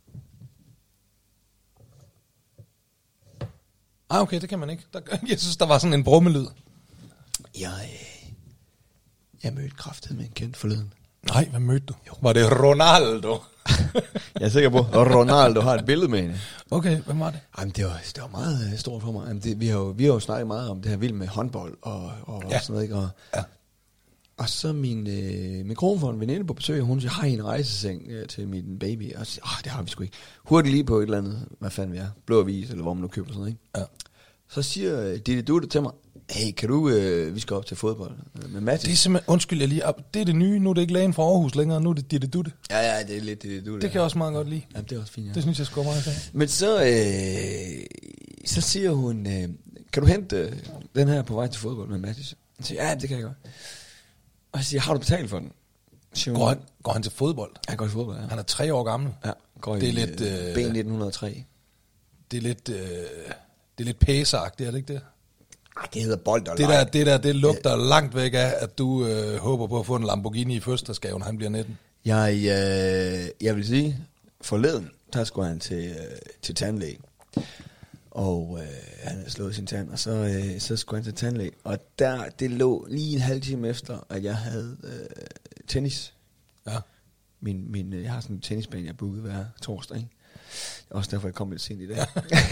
Ah, okay, det kan man ikke. Der, jeg synes, der var sådan en brummelyd. Jeg, øh, jeg mødte kraftet med en kendt forleden. Nej, hvad mødte du? Jo. Var det Ronaldo? Jeg er sikker på, at Ronaldo har et billede med hende. Okay, hvem var det? Jamen, det var, det var meget øh, stort for mig. Jamen, det, vi, har jo, vi har jo snakket meget om det her vild med håndbold og, og Ja. sådan noget, ikke? Og, Ja. og så min, øh, min kone får en veninde på besøg, og hun siger, har I en rejseseng øh, til min baby? Og så siger, åh, det har vi sgu ikke. Hurtigt lige på et eller andet, hvad fanden vi er, blå avis, eller hvor man nu køber sådan noget, ikke? Ja. Så siger øh, Ditte Dutte til mig, hey, kan du, øh, vi skal op til fodbold øh, med Mathis. Det er simpelthen, undskyld jeg lige, op. Det er det nye, nu er det ikke lægen fra Aarhus længere, nu er det Ditte Dutte. Ja, ja, det er lidt Ditte Dutte. Det kan jeg også meget godt lide. Jamen, det er også fint, ja. Det synes jeg sgu er meget fedt. Men så, øh, så siger hun, øh, kan du hente øh, den her på vej til fodbold med Mathis? Jeg siger, ja, det kan jeg godt. Og så siger, har du betalt for den? Så siger hun, Går han, går han til fodbold? Jeg går til fodbold, ja. Han er tre år gammel. Ja, går Det er i lidt, øh, øh, B nitten hundrede og tre. Det er lidt, øh, det er lidt pæsagtigt, er det ikke det? Ej, det hedder bold og Det leg. der, det der, det lugter langt væk af, at du øh, håber på at få en Lamborghini i fødselsdagsgave, når han bliver nitten. Jeg, øh, jeg vil sige, forleden, der skulle han til, øh, til tandlæge. Og øh, han havde slået sin tand, og så, øh, så skulle han til tandlæge. Og der, det lå lige en halv time efter, at jeg havde øh, tennis. Ja. Min, min, øh, jeg har sådan en tennisbane, jeg bookede hver torsdag, ikke? Også derfor, jeg kom lidt sent i dag.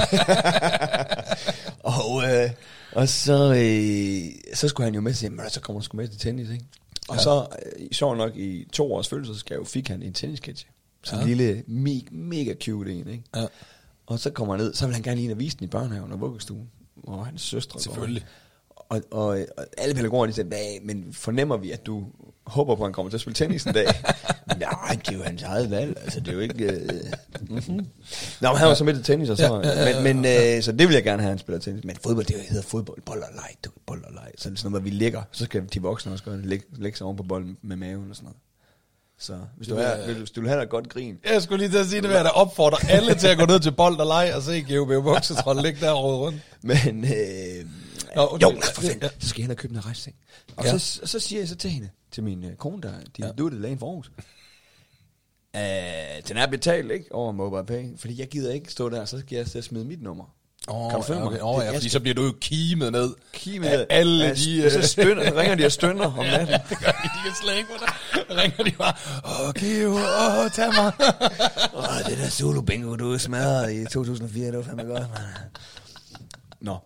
og, øh, og så, øh, så skulle han jo med til, men så kommer han sgu med til tennis, ikke? Og Ja. så, øh, sjovt nok, i to års fødselsdagsgave fik han en tennisketch. Så en Ja. lille, me- mega cute en, ikke? Ja. Og så kommer han ned, så vil han gerne lige ind og vise den i børnehaven og vuggestuen, hvor hans søstre Selvfølgelig. går. Og, og, og alle pædagoger, de siger, "Hvad, men fornemmer vi, at du håber på, at han kommer til at spille tennis en dag?" Nej, det er jo hans eget valg. Altså, det er jo ikke... Øh, mm-hmm. Nå, men han var så med til tennis, og så... Ja, ja, ja, ja. Men, men øh, så det vil jeg gerne have, at han spiller tennis. Men fodbold, det hedder fodbold, bold og leg, du, bold og leg. Så det er sådan noget, hvor vi ligger, så skal de voksne også gøre lægge, lægge sig oven på bolden med maven og sådan noget. Så hvis du, Det er, er- vil, hvis du vil have dig godt grin, Jeg skulle lige til at sige det, ved at jeg opfordrer alle til at gå ned til bold og lege og se G O B Buksetrol ligge der og rundt. men... Øh, Nå, jo, undskyld. for fanden, Ja. så skal jeg hen og købe en rejseseng. Og Ja. så, så siger jeg så til hende, til min øh, kone, der de Ja. ja. duttede lægen for Aarhus. Uh, den er betalt, ikke? Over MobilePay. Fordi jeg gider ikke stå der, så skal jeg til at smide mit nummer. Åh, Kan du følge ja, okay. mig? oh, Det- ja, jeg fordi skal- så bliver du jo kimet ned. Kimet af alle Ja, de... så øh, stønner, ringer de og stønner om natten. Ja, det gør de. De kan slet ikke på dig. Ringer de bare, åh, Geo, åh, tag mig. Åh, det der solo bingo, du smadrede i to tusind og fire, det var fandme godt, man. Nå.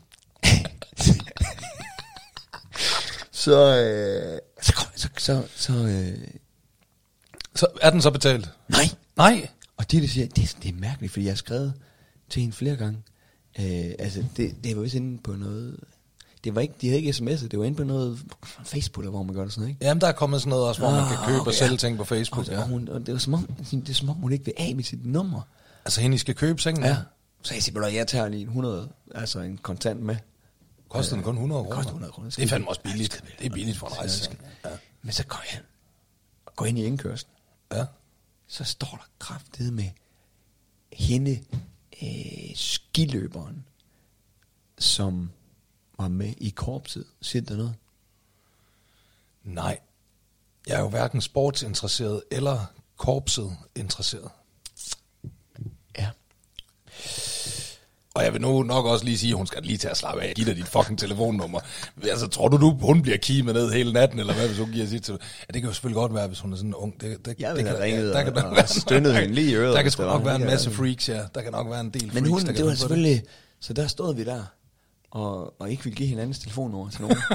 så, øh, så, kom, så, så, så øh, Så er den så betalt? nej. Nej. Og de, der siger, det er, det er mærkeligt, fordi jeg har skrevet til hende flere gange. Øh, altså, det, det var vist inde på noget... Det var ikke, de havde ikke sms'et, det var inde på noget Facebook, hvor man gør det sådan, ikke? Jamen, der er kommet sådan noget også, hvor man kan Ah, købe okay, og sælge ja. ting på Facebook. Og, Ja. og, hun, og det var som om, det er som om, hun ikke vil af med sit nummer. Altså, hende I skal købe sengen? Ja. Så jeg siger, jeg tager lige hundrede, altså en kontant med. Koster den kun hundrede kroner? Koster hundrede kroner. Det er fandme også billigt. Det er billigt for en rejse. Ja. Men så går jeg går ind i indkørslen. Ja. Så står der kraftedet med hende, øh, skiløberen, som var med i korpset. Siger der noget? Nej. Jeg er jo hverken sportsinteresseret eller korpset interesseret. Ja. Og jeg vil nu nok også lige sige, at hun skal lige til at slappe af. Giv dig dit fucking telefonnummer. Altså, tror du, du hun bliver kimet ned hele natten, eller hvad, hvis hun giver sit til? Ja, det kan jo selvfølgelig godt være, hvis hun er sådan ung. Det, det, Jeg det ville kan, have ringet ja, der kan og- nok og være- stønnet hende lige i øret, Der kan hvis sgu der nok var. være en Det kan masse være. freaks, ja. Der kan nok være en del freaks, Men hun, der det kan var finde på selvfølgelig... Så der stod vi der, og, og ikke ville give hinandens telefonnummer til nogen.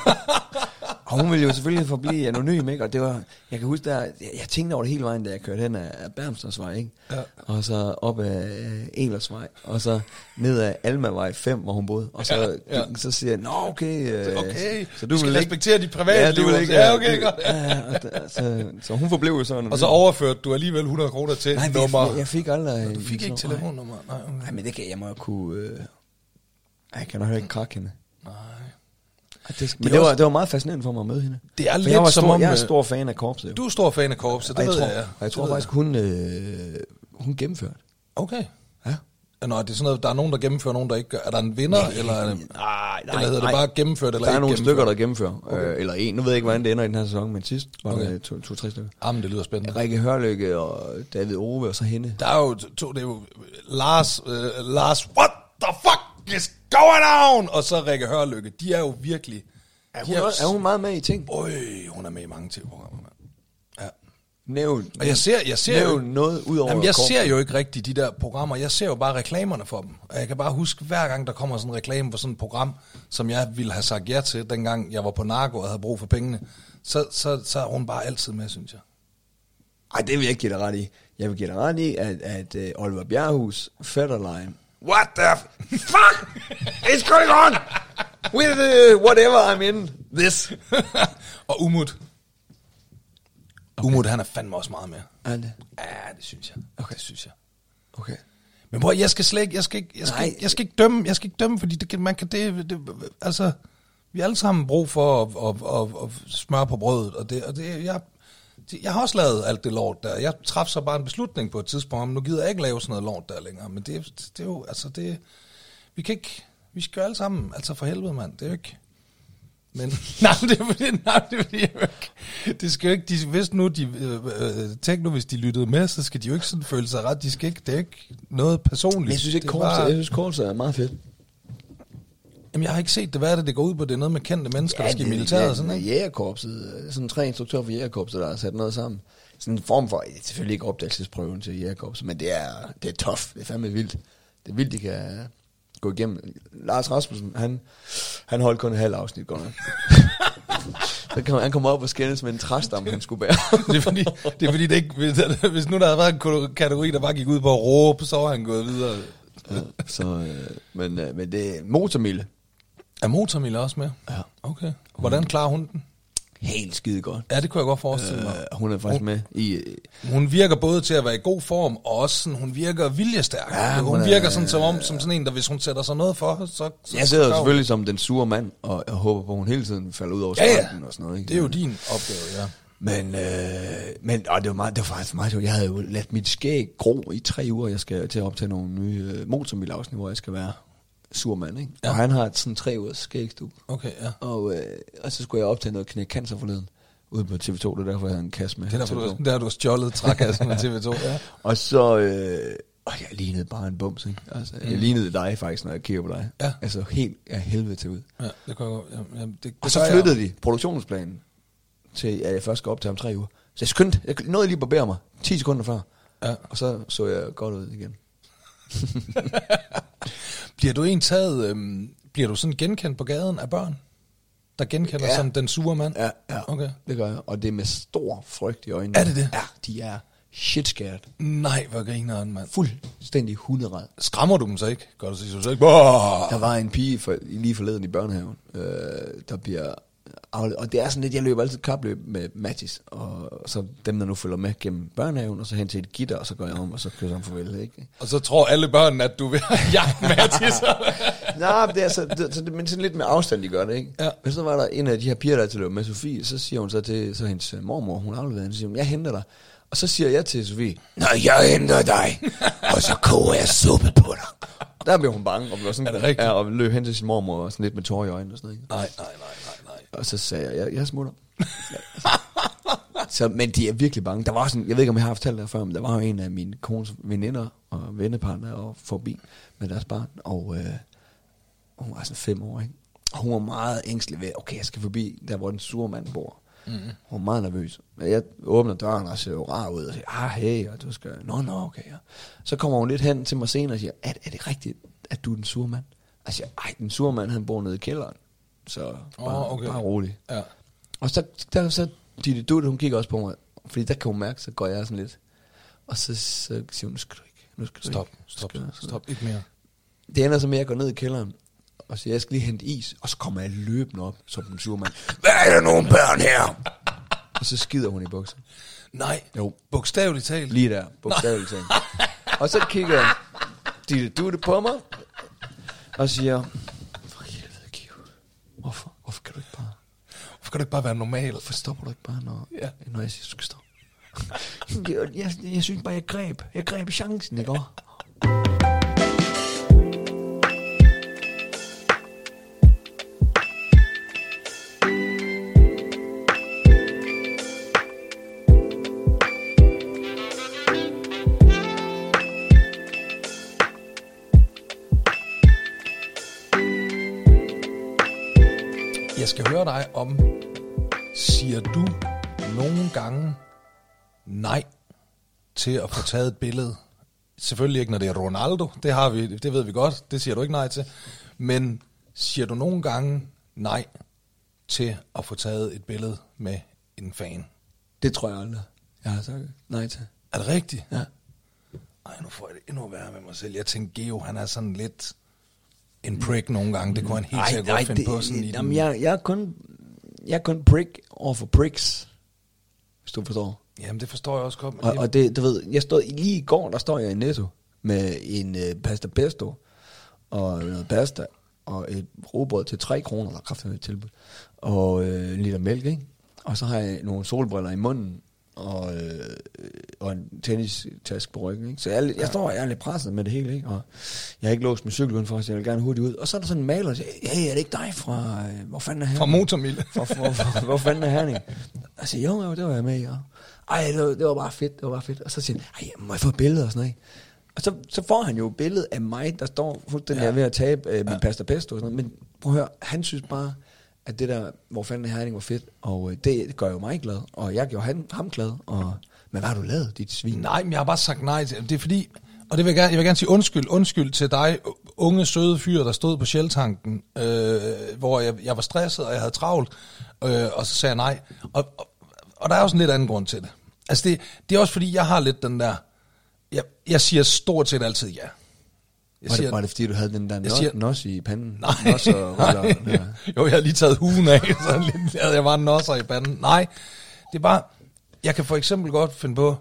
Og hun ville jo selvfølgelig forblive anonym, ikke? Og det var... Jeg kan huske, der, jeg, jeg tænkte over det hele vejen, da jeg kørte hen af, af Bermstersvej, ikke? Ja. Og så op af øh, Elersvej, og så ned af Almavej fem, hvor hun boede. Og så, Ja, ja. så siger jeg, nå, okay. Øh, Okay, så du du skal vil ikke... respektere dit privatliv. du vil ikke... Ja, okay, du, godt. Ja, og da, så, så hun forblev jo sådan. Og så overførte du alligevel hundrede kroner til Nej, nummer. jeg, jeg fik aldrig... Du fik ikke telefonnummer? Nej, okay. Nej, men det kan jeg må jo kunne... Øh, jeg kan nok heller ikke krakke hende. Nej. Ej, Det, men Det er det, var, også- det var meget fascinerende for mig at møde hende. Det er For lidt jeg, var som stor, om, jeg er øh, stor fan af korpset. Jo. Du er stor fan af korpset, og det jeg ved tror, jeg. Ja. og jeg Det tror ved faktisk, hun, øh, hun gennemførte. Okay. Ja. Nå, det er sådan noget, der er nogen, der gennemfører, nogen, der ikke gør. Er der en vinder, eller, er det, Nej, eller hedder det bare gennemført, eller Der er ikke nogle gennemført? stykker, der gennemfører. Okay. Øh, eller en. Nu ved jeg ikke, hvordan det ender i den her sæson, men sidst var Okay. det to, to, tre stykker. Jamen, det lyder spændende. Rikke Hørlykke og David Ove og så hende. Der er jo to, det er jo Lars, øh, Lars, what the fuck is going on? Og så Rikke Hørlykke, de er jo virkelig... Er de hun, jo- også, er hun meget med i ting? Øj, hun er med i mange T V-programmer, mand. Ja. Nævn, Og jeg ser, jeg ser nævn jo, noget ud over jamen, jeg korpset. ser jo ikke rigtig de der programmer. Jeg ser jo bare reklamerne for dem. Og jeg kan bare huske, hver gang der kommer sådan en reklame for sådan et program, som jeg ville have sagt ja til, dengang jeg var på narko og havde brug for pengene, så, så, så er hun bare altid med, synes jeg. Ej, det vil jeg ikke give dig ret i. Jeg vil give dig ret i, at, at uh, Oliver Bjerrehus, Fetterlein, what the fuck is going on with uh, whatever I'm in this? Og Umut. Okay. Umut, han er fandme også meget med. Er det? Ja, det synes jeg. Okay, det synes jeg. Okay. Men bror, jeg skal slet ikke, jeg skal ikke, jeg skal, Nej. ikke, jeg skal ikke dømme, jeg skal ikke dømme, fordi det, kan- man kan det, det, altså, vi har alle sammen brug for at, at, at, at smøre på brødet, og det, og det, jeg, det, jeg har også lavet alt det lort der. Jeg træffede så bare en beslutning på et tidspunkt, om nu gider jeg ikke lave sådan noget lort der længere, men det, det, det er jo, altså det, vi kan ikke, vi skal jo alle sammen, altså for helvede mand, det er jo ikke, men nej, det er fordi, nej, det er fordi, jeg jo ikke, det skal jo ikke, de, hvis nu de, øh, øh, tænk nu, hvis de lyttede med, så skal de jo ikke sådan føle sig ret, de skal ikke, det er ikke noget personligt. Men jeg synes ikke, Det er korpset, bare- jeg synes, korpset er meget fedt. Jamen, jeg har ikke set det, hvad er det, det går ud på, det er noget med kendte mennesker, der skal i militæret og sådan, ikke? Jægerkorpset, sådan tre instruktører for Jægerkorpset, der har sat noget sammen. Sådan en form for, det er selvfølgelig ikke opdagelsesprøven til Jægerkorpset, men det er, det er tough, det er fandme vildt. Det er vildt, de kan gå igennem. Lars Rasmussen, han, han holdt kun en halv afsnit, godt nok. Så kom, han kom op og skændes med en træstamme, han skulle bære. Det er fordi, det er fordi det ikke, hvis, hvis nu der havde været en kategori, der bare gik ud på at råbe, så var han gået videre. Ja, så, øh, men, øh, men det er motormille. Er Motormille også med? Ja. Okay. Hvordan klarer hun den? Helt skide godt. Ja, det kunne jeg godt forestille mig. Øh, hun er faktisk med i... Øh, Hun virker både til at være i god form, og også sådan, hun virker viljestærk. Ja, hun hun er- virker sådan, som, om, som sådan en, der hvis hun sætter sig noget for, så... så jeg sidder så jo gør hun. selvfølgelig som den sure mand, og jeg håber på, at hun hele tiden falder ud over Ja, ja. skrænten og sådan noget. Ikke? Det er jo din opgave, ja. Men, øh, men og det, var meget, det var faktisk meget sjovt. Jeg havde jo ladt mit skæg gro i tre uger. Jeg skal til at optage nogle nye øh, motormilafsnit, hvor jeg skal være sur mand. Ikke? Ja. Og han har et sådan tre ugers skægstub. Okay, ja. Og, øh, og så skulle jeg optage noget knæk cancer forleden. ude på T V to, det er derfor, jeg havde en kasse med. Det er derfor, du, der har du stjålet trækassen med T V to. Ja. Og så, øh, åh, jeg lignede bare en bums, ikke? Altså, mm. jeg lignede dig faktisk, når jeg kigger på dig. Ja. Altså, helt af helvede til ud. Ja, det kan jeg godt. Ja, ja, det, det og så flyttede de produktionsplanen til, at jeg først skal op til om tre uger. Så jeg skyndte, jeg nåede lige at barbere mig, ti sekunder før. Ja. Og så så jeg godt ud igen. Bliver du en taget, øhm, bliver du sådan genkendt på gaden af børn? Der genkender Ja. som den sure mand? Ja, ja. Okay. Det gør jeg. Og det er med stor frygt i øjnene. Er det det? Ja, de er shit scared. Nej, hvor griner mand. Fuldstændig hunderad. Skræmmer du dem så ikke? Gør du så, så ikke? Boah! Der var en pige for, lige forleden i børnehaven, øh, der bliver afledt. Og det er sådan lidt, jeg løber altid kapløb med Mattis, og så dem, der nu følger med gennem børnehaven, og så hen til et gitter, og så går jeg om, og så kører jeg om farvel, ikke? Og så tror alle børnene, at du vil jagte Mattis. Nej, det er så, det, så det, men sådan lidt med afstand, de gør det, ikke? Ja. Men så var der en af de her piger, der er til at løbe med Sofie, så siger hun så til så hendes mormor, hun afleverer hende, så siger hun, jeg henter dig. Og så siger jeg til Sofie, Når jeg henter dig, og så koger jeg suppe på dig. der blev hun bange, og, blev sådan, Er det rigtigt? ja, og løb hen til sin mormor, og sådan lidt med tårer i øjnene og sådan noget, ikke? Nej, nej, nej, nej, nej. Og så sagde jeg, jeg, jeg smutter. så, men de er virkelig bange. Der var sådan, jeg ved ikke, om jeg har fortalt det før, men der var jo en af mine kones veninder og vennepartner og forbi med deres barn, og øh, hun var sådan fem år, ikke? Og hun var meget ængstelig ved, okay, jeg skal forbi der, hvor den sure mand bor. Mm-hmm. Hun var meget nervøs. Jeg åbner døren og ser jo rar ud og siger, ah, hey, og du skal, nå, nå, okay. Ja. Så kommer hun lidt hen til mig senere og siger, er, er det rigtigt, at du er den sure mand? Og jeg siger, ej, den sure mand, han bor nede i kælderen. Så bare, oh, okay. bare rolig. Ja. Og så, der, så Ditte Dutte, hun kigger også på mig, fordi der kan hun mærke, så går jeg sådan lidt. Og så, så siger hun, nu skal du ikke. Nu skal du Stop, ikke. stop, Skal, stop, ikke mere. Det ender så med, at jeg går ned i kælderen, og siger, jeg skal lige hente is, og så kommer jeg løbende op, som den sure mand. Hvad er der nogle børn her? Og så skider hun i bukser. Nej, Jo. bogstaveligt talt. Lige der, bogstaveligt talt. Og så kigger Ditte Dutte på mig, og siger, for helvede, Kiv, hvorfor, hvorfor kan du ikke bare, Hvorfor kan du ikke bare være normal? hvorfor stopper du ikke bare, når, Ja. når jeg siger, du skal stoppe? jeg, jeg, jeg synes bare, jeg greb, jeg greb chancen, ikke også? Jeg skal høre dig om, siger du nogle gange nej til at få taget et billede? Selvfølgelig ikke, når det er Ronaldo, det har vi, det ved vi godt, det siger du ikke nej til. Men siger du nogle gange nej til at få taget et billede med en fan? Det tror jeg aldrig, jeg har sagt nej til. Er det rigtigt? Ja. Ej, nu får jeg det endnu værre med mig selv. Jeg tænker, Geo, han er sådan lidt en prick nogle gange. Det kunne han helt sikkert godt finde på sådan i jamen, den. jeg, jeg, er kun, jeg er kun prick over for pricks, hvis du forstår. Jamen, det forstår jeg også godt. Og, og det, du ved, jeg stod, lige i går, der står jeg i Netto med en uh, pasta pesto og noget pasta og et rugbrød til tre kroner, der er kraftigt et tilbud, og øh, en liter mælk, ikke? Og så har jeg nogle solbriller i munden og, øh, og en tennistaske på ryggen, ikke? Så jeg, jeg står jeg er lidt presset med det hele, ikke? Og jeg har ikke låst min cykel udenfor, så jeg vil gerne hurtigt ud. Og så er der sådan en maler, der siger, hey, er det ikke dig fra, øh, hvor fanden er Herning? Fra Motormille. Hvor, hvor, hvor, hvor fanden er Herning? Jeg siger, jo, jo, det var jeg med i, og ej, det var, det var bare fedt, det var bare fedt. Og så siger han, ej, må jeg få et billede og sådan noget, ikke? Og så, så får han jo et billede af mig, der står fuldstændig ja. ved at tabe øh, min ja. pasta pesto og sådan noget. Men prøv at høre, han synes bare, at det der, hvor fanden er Herning, var fedt. Og øh, det gør jo mig glad, og jeg gjorde han, ham glad. Og, men hvad har du lavet, dit svin? Nej, men jeg har bare sagt nej til det. Det er fordi, og det vil jeg gerne, jeg vil gerne sige undskyld, undskyld til dig, unge, søde fyr, der stod på Shell-tanken, øh, hvor jeg, jeg var stresset, og jeg havde travlt, øh, og så sagde jeg nej. Og, og, og der er også en lidt anden grund til det. Altså det, det er også fordi, jeg har lidt den der, jeg, jeg siger stort set altid ja. Jeg var, siger, det, var det fordi, du havde den der nos, siger, nos i panden? Nej, nos og ruller, nej. Ja. Jo, jeg havde lige taget hugen af, så lidt, jeg var en nosser i panden. Nej, det er bare, jeg kan for eksempel godt finde på,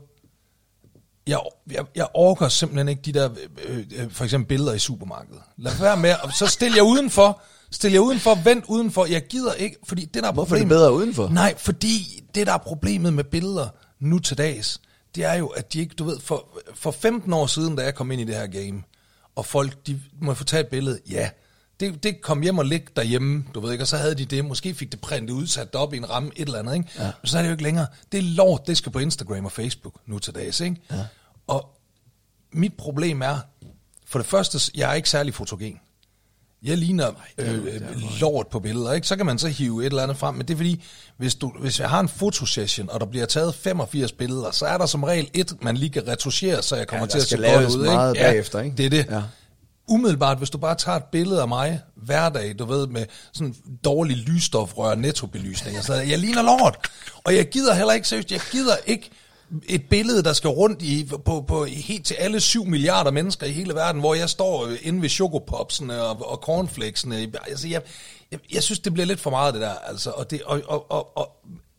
jeg, jeg, jeg orker simpelthen ikke de der, øh, øh, for eksempel billeder i supermarkedet. Lad være med, og så stiller jeg udenfor, stiller jeg udenfor, vent udenfor, jeg gider ikke, fordi det der er Hvorfor er det bedre udenfor? Nej, fordi det der er problemet med billeder nu til dags, det er jo, at de ikke, du ved, for, for femten år siden, da jeg kom ind i det her game, og folk, de må få taget et billede, ja, Det, det kom hjem og ligge derhjemme, du ved ikke, og så havde de det, måske fik det printet ud, sat op i en ramme, et eller andet, ikke? Ja. Men så er det jo ikke længere. Det er lort, det skal på Instagram og Facebook nu til dags, ikke? Ja. Og mit problem er, for det første, jeg er ikke særlig fotogen. Jeg ligner øh, lort på billeder, ikke? Så kan man så hive et eller andet frem, men det er fordi, hvis, du, hvis jeg har en fotosession, og der bliver taget femogfirs billeder, så er der som regel et, man lige kan retuschere, så jeg kommer ja, til at se godt ud, meget ikke? Bagefter, ikke? Ja, det er det. Ja. Umiddelbart, hvis du bare tager et billede af mig hver dag, du ved, med sådan dårlig lysstofrør, nettobelysning, så jeg ligner lort. Og jeg gider heller ikke, seriøst, jeg gider ikke et billede, der skal rundt i, på, på, helt til alle syv milliarder mennesker i hele verden, hvor jeg står inde ved chocopopsene og, og cornflakesene. Altså, jeg, jeg, jeg synes, det bliver lidt for meget, det der. Altså, og, det, og, og, og, og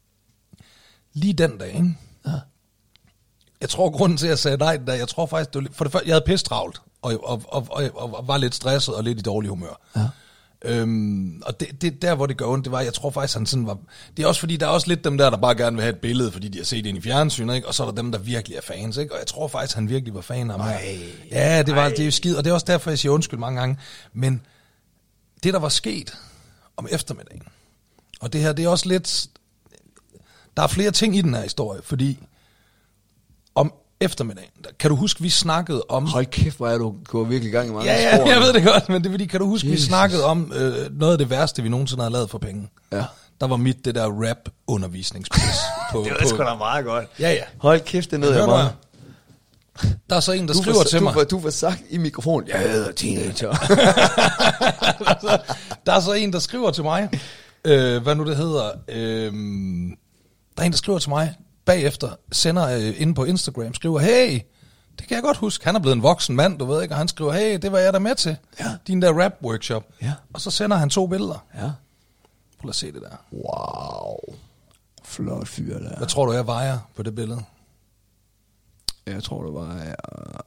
lige den dag, ikke? Ja. Jeg tror, grunden til, at jeg sagde nej, der, jeg tror faktisk, det var, for det første, jeg havde pisse travlt, og, og, og, og, og var lidt stresset og lidt i dårlig humør. Ja. Øhm, og det, det der, hvor det gør ondt, det var, jeg tror faktisk, han sådan var... Det er også fordi, der er også lidt dem der, der bare gerne vil have et billede, fordi de har set det ind i fjernsynet, ikke? Og så er der dem, der virkelig er fans, ikke? Og jeg tror faktisk, han virkelig var fan af mig. Ja, det var det er jo skidt, og det er også derfor, jeg siger undskyld mange gange. Men det, der var sket om eftermiddagen, og det her, det er også lidt... Der er flere ting i den her historie, fordi om eftermiddagen, der, kan du huske, vi snakkede om... Hold kæft, hvor er du gået virkelig i gang i mange ja, ja, jeg ved det godt, men det er fordi, kan du huske, Jesus. Vi snakkede om øh, noget af det værste, vi nogensinde havde lavet for penge. Ja. Der var mit det der rap-undervisningspris. på, det var sgu da meget godt. Ja, ja. Hold kæft, det er noget, jeg meget. Der er så en, der du skriver for, til du mig... For, du får sagt i mikrofonen, jeg hedder teenager. der, er så, der er så en, der skriver til mig, øh, hvad nu det hedder... Øh, der er en, der skriver til mig, bagefter sender øh, inde på Instagram, skriver, hey, det kan jeg godt huske, han er blevet en voksen mand, du ved ikke, og han skriver, hey, det var jeg der med til, ja. Din der rap-workshop. Ja. Og så sender han to billeder. Ja. Prøv at se det der. Wow. Flot fyr der. Hvad tror du, jeg vejer på det billede? Jeg tror, det var et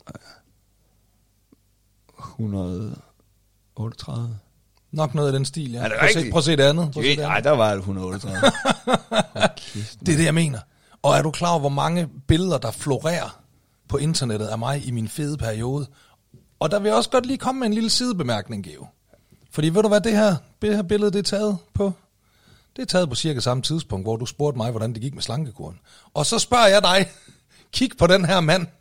hundrede og otteogtredive. Nok noget af den stil, ja. Er det prøv, at se, prøv at se det andet. Nej, andet. der var det et hundrede og otteogtredive. Det er det, jeg mener. Og er du klar over, hvor mange billeder, der florerer på internettet af mig i min fede periode? Og der vil jeg også godt lige komme med en lille sidebemærkning, Geo. Fordi ved du hvad, det her, det her billede, det er taget på? Det er taget på cirka samme tidspunkt, hvor du spurgte mig, hvordan det gik med slankekuren. Og så spørger jeg dig, kig på den her mand.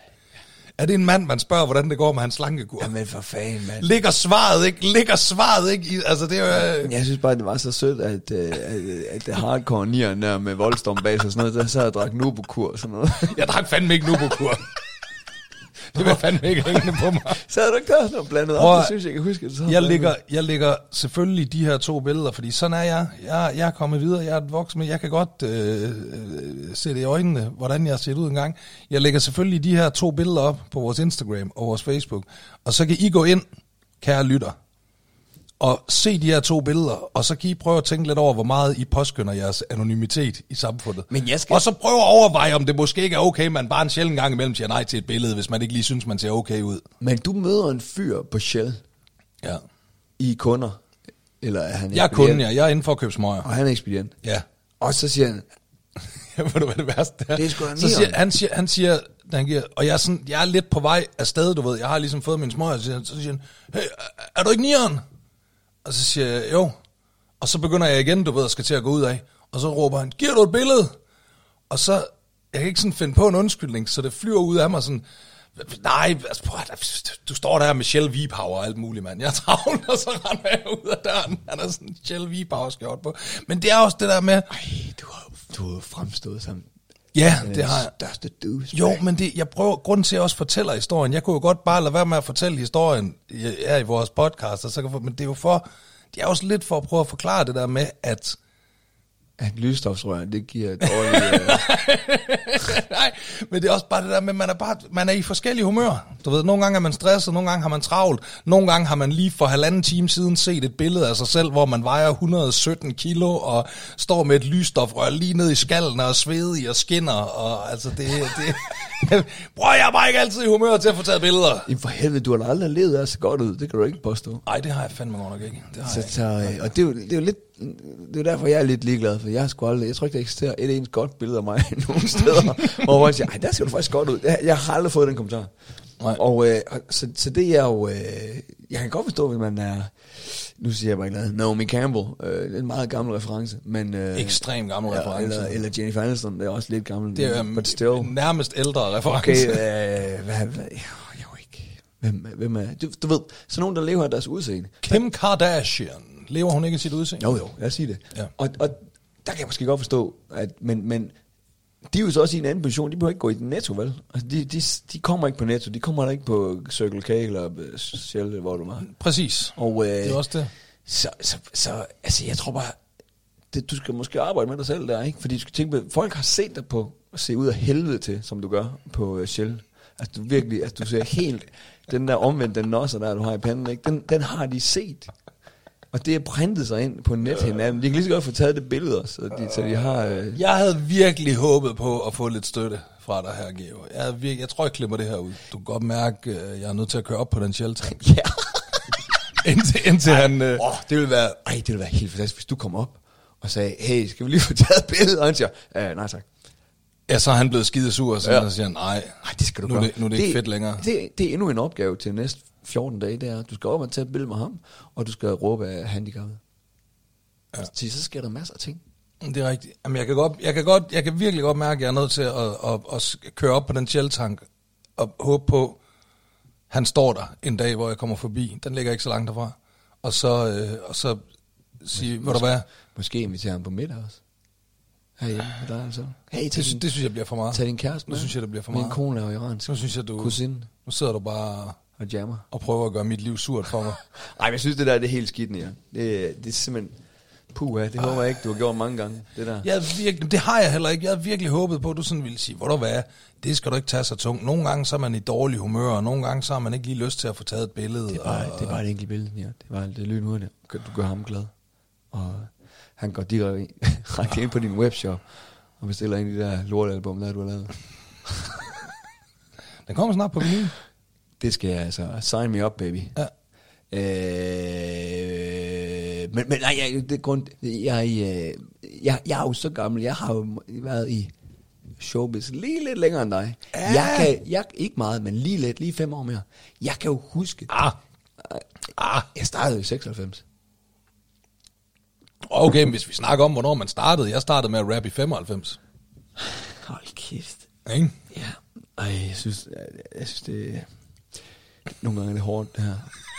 Er det en mand, man spørger, hvordan det går med hans slankekur? Jamen for fanden, mand. Ligger svaret ikke? Ligger svaret ikke? I, altså, det er jo... Jeg synes bare, det var så sødt, at, at, at det hardcore nieren der med voldstorm bag sig og sådan noget, der så jeg drak Nubokur og sådan noget. Jeg drak fandme ikke Nubokur. Det var fandme ikke hængende på mig. Så havde du ikke der noget blandet op, det synes jeg, jeg kan huske. Det jeg, ligger, jeg ligger selvfølgelig de her to billeder, fordi sådan er jeg. Jeg, jeg er kommet videre, jeg er et voksen, men jeg kan godt øh, se det i øjnene, hvordan jeg har set ud en gang. Jeg lægger selvfølgelig de her to billeder op på vores Instagram og vores Facebook, og så kan I gå ind, kære lytter, og se de her to billeder, og så kan I prøve at tænke lidt over, hvor meget I påskynder jeres anonymitet i samfundet. Men jeg skal... Og så prøve at overveje, om det måske ikke er okay, man bare en sjældent gang imellem siger nej til et billede, hvis man ikke lige synes, man ser okay ud. Men du møder en fyr på Shell. Ja. I kunder. Eller er han jeg er kunde, ja. Jeg er inden for at købe smøger. Og han er ekspedient. Ja. Og så siger han... Ved du, hvad det værste er? Det er sgu da så siger, han siger, han siger, han giver, og jeg er, sådan, jeg er lidt på vej af sted, du ved. Jeg har ligesom fået min smøger, så siger, så siger han, hey, er du ikke nieren? Og så siger jeg, jo. Og så begynder jeg igen, du ved, og skal til at gå ud af. Og så råber han, giver du et billede? Og så, jeg kan ikke sådan finde på en undskyldning, så det flyver ud af mig sådan, nej, altså, prøv, du står der med Shell V-Power og alt muligt, mand. Jeg er travlt, og så render jeg ud af døren. Han har sådan en Shell V-Power skjort på. Men det er også det der med... Ej, du har, du har fremstået som... Ja, det har jeg. Største douchebag. Jo, men det, jeg prøver, grunden til at jeg også fortæller historien, jeg kunne jo godt bare lade være med at fortælle historien her i vores podcast, og så kan, men det er jo for, det er også lidt for at prøve at forklare det der med, at... At lysstofsrøren, det giver dårligt... Uh... Nej, men det er også bare det der med, man er, bare, man er i forskellige humør. Du ved, nogle gange er man stresset, nogle gange har man travlt, nogle gange har man lige for halvanden time siden set et billede af sig selv, hvor man vejer et hundrede og sytten kilo og står med et lysstofrør lige ned i skallen og svedig og skinner. Og altså det... det bror, jeg er bare ikke altid i humør til at få taget billeder. Jamen for helvede, du har aldrig levet af så godt ud, det kan du ikke påstå. Nej, det har jeg fandme godt nok ikke. Det har så, jeg så, og det er, jo, det er jo lidt... Det er derfor, jeg er lidt ligeglad, for jeg har sgu aldrig, jeg tror ikke, der eksisterer et eneste godt billede af mig nogen steder, hvor man siger, ej, der ser du faktisk godt ud. Jeg, jeg har aldrig fået den kommentar. Nej. Og øh, så, så det er jo... Øh, jeg kan godt forstå, hvis man er... Nu siger jeg bare ikke noget. Naomi Campbell. Øh, det er en meget gammel reference. Men, øh, Ekstrem gammel ja, reference. Eller, eller Jennifer Aniston, det er også lidt gammel. Det er men, but still. nærmest ældre reference. Okay, øh, hvad... hvad jeg, jeg jo ikke... Hvem, hvem er... Du, du ved, så nogen, der lever af deres udseende. Kim Kardashian. Lever hun ikke af sit udseende? Jo, jo, lad os sige det. Ja. Og, og der kan jeg måske godt forstå, at... Men, men de er jo så også i en anden position. De behøver ikke gå i Netto, vel? Altså, de, de, de kommer ikke på Netto. De kommer der ikke på Circle K eller Shell, hvor du var. Præcis. Og, øh, det er også det. Så, så, så altså, jeg tror bare, det, du skal måske arbejde med dig selv der, ikke? Fordi du skal tænke på, folk har set dig på at se ud af helvede til, som du gør på uh, Shell. Altså, du virkelig, altså, du ser helt, den der omvendte nosser der, du har i panden, ikke? Den, den har de set. Og det er printet sig ind på nethinanden. De kan lige så godt få taget det billede også, så de, så de har... Øh... Jeg havde virkelig håbet på at få lidt støtte fra dig her, Geo. Jeg, havde virkelig, jeg tror, jeg klipper det her ud. Du kan godt mærke, at jeg er nødt til at køre op på den Shell-tank. Ja. indtil, indtil han... Øh... Oh, det ville være, ej, det ville være helt fantastisk, hvis du kom op og sagde, hey, skal vi lige få taget billedet? Og han siger, øh, nej tak. Ja, så er han blevet skidesur, og så Ja. siger han, nej, Nej, det skal du nu, gøre. er det, nu er det, det ikke fedt længere. Det, det er endnu en opgave til næste fjorten dage, det er, du skal op og tage et billede med ham, og du skal råbe af handicappet. Ja. Så, så sker der masser af ting. Det er rigtigt. Jamen, jeg kan godt, jeg kan godt, jeg kan virkelig godt mærke, at jeg er nødt til at, at, at køre op på den Shell-tank og håbe på, han står der en dag, hvor jeg kommer forbi. Den ligger ikke så langt derfra. Og så, øh, og så sige, hvor du hvad? Måske invitere ham på middag også. Herhjemme med dig, altså. Hey, Det, sy- det synes jeg bliver for meget. Tag din kæreste Nu med. synes jeg, det bliver for Min meget. kone er jo iransk. Nu synes jeg, du... Kusine Nu sidder du bare og jammer. og prøver at gøre mit liv surt for mig. Ej, men jeg synes, det der det er helt skidt, ja. Det, det er simpelthen... Puh, det håber jeg ikke, du har gjort mange gange, det der. Jeg havde virkelig, det har jeg heller ikke. Jeg havde virkelig håbet på, at du sådan ville sige, hvor du hvad, det skal du ikke tage så tungt. Nogle gange så er man i dårlig humør, og nogle gange så har man ikke lige lyst til at få taget et billede. Det er bare, og, det er bare et enkelt billede, ja. Det er bare det lyn ud, du gør ham glad. Og han går direkte ind på din webshop og bestiller en af de der lortealbum, der du har lavet. Den kommer snart på vinyl. Det skal jeg altså. Sign me up, baby. Ja. Øh, men, men nej, jeg, det grund, jeg, jeg, jeg, jeg er jo så gammel. Jeg har jo været i showbiz lige lidt længere end dig. Ja. Jeg kan, jeg, ikke meget, men lige lidt, lige fem år mere. Jeg kan jo huske, Ah. Ah. jeg startede i seksoghalvfems. Okay, men hvis vi snakker om, hvornår man startede. Jeg startede med at rappe i femoghalvfems. Hold kæft. Ikke? Ja. Ej, jeg synes, jeg, jeg synes det nogle gange er det hårdt, det her.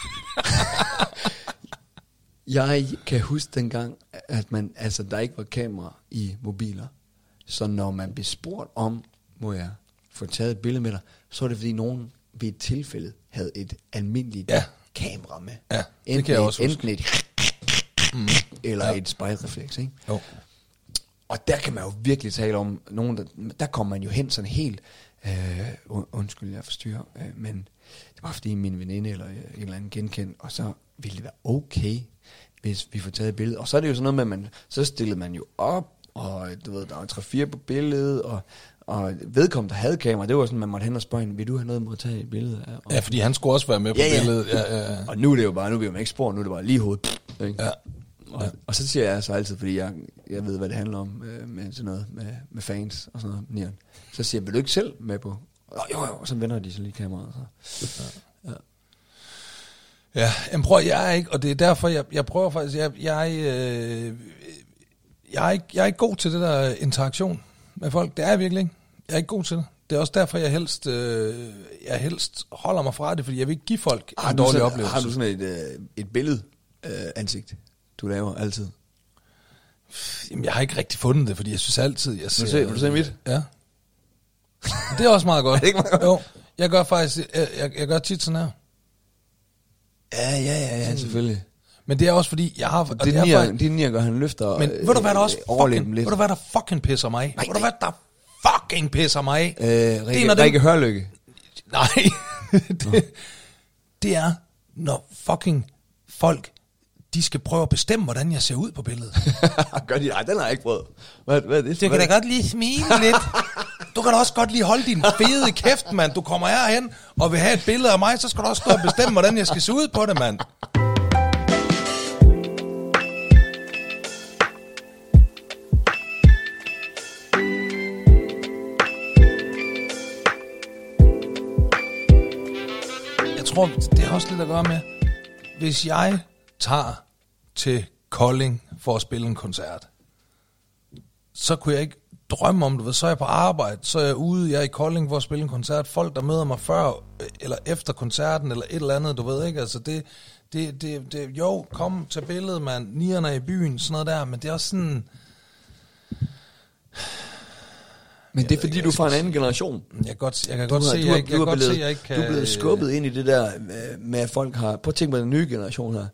Jeg kan huske dengang, at man, altså, der ikke var kamera i mobiler. Så når man blev spurgt om, må jeg få taget et billede med dig, så er det fordi nogen ved et tilfælde havde et almindeligt Ja. kamera med. Ja, det enten kan jeg et, også huske. Enten et mm. eller Ja. ja. et spejlrefleks, ikke? Jo. Og der kan man jo virkelig tale om nogen, der, der kommer man jo hen sådan helt, øh, undskyld, jeg forstyrrer, øh, men det var fordi min veninde eller en eller anden genkendt, og så ville det være okay, hvis vi får taget et billede. Og så er det jo sådan noget med, at man, så stillede man jo op, og du ved, der var tre fire på billedet, og, og vedkommende, der havde kamera, det var sådan, man måtte hen og spørge hende, vil du have noget mod at tage et billede af? Og, Ja, fordi han skulle også være med på Ja, ja. billedet. Ja, ja, ja. og nu er det jo bare, nu bliver man ikke spurgt, nu er det bare lige hovedet. Ikke? Ja. Og, ja. og så siger jeg så altid, fordi jeg, jeg ved, hvad det handler om øh, med sådan noget, med, med fans og sådan noget, Nian. Så siger jeg, vil du ikke selv med på? Og jo, jo, og så vender de så lige kameraet. Så. Ja. Ja. Ja, men prøv, jeg er ikke, og det er derfor, jeg, jeg prøver faktisk, jeg, jeg, øh, jeg, er ikke, jeg er ikke god til det der interaktion med folk. Det er jeg virkelig ikke. Jeg er ikke god til det. Det er også derfor, jeg helst, øh, jeg helst holder mig fra det, fordi jeg vil ikke give folk Har, en du dårlig sådan, oplevelse. har du sådan et, øh, et billede øh, ansigt, du laver altid? Jamen, jeg har ikke rigtig fundet det, fordi jeg synes altid, jeg ser... Vil du se, vil du se mit? Ja. Det er også meget godt. Er det ikke meget godt? Jo, jeg gør faktisk, jeg, jeg, jeg gør tit sådan her. Ja, ja, ja, ja, selvfølgelig. Men det er også fordi, jeg har... og Det er er nier, faktisk- det er nier, gør han løfter Men ved du hvad der også overleven fucking, lidt. ved du hvad der fucking pisser mig af? Nej, Ved du nej. hvad der fucking pisser mig af? Øh, det er, Rikke, når dem- Rikke Hørlykke. Nej, det, det er, når fucking folk, de skal prøve at bestemme, hvordan jeg ser ud på billedet. Gør de? Nej, den har jeg ikke prøvet. Hvad, hvad er det? Du kan da godt lige smile lidt. Du kan da også godt lige holde din fede kæft, mand. Du kommer herhen og vil have et billede af mig, så skal du også stå og bestemme, hvordan jeg skal se ud på det, mand. tror, det har også lidt at gøre med, hvis jeg tager til Kolding for at spille en koncert, så kunne jeg ikke drømme om det. Så er jeg på arbejde, så er jeg ude, jeg er i Kolding for at spille en koncert. Folk, der møder mig før eller efter koncerten, eller et eller andet, du ved ikke, altså det, det, det, det jo, kom til billedet, man, nierne i byen, sådan noget der, men det er også sådan... Men det er fordi, du er fra en anden generation. Jeg kan godt, jeg kan godt se, jeg, jeg, kan godt se, jeg ikke kan... Du er blevet skubbet ind i det der med, at folk har... Prøv at tænke på den nye generation her,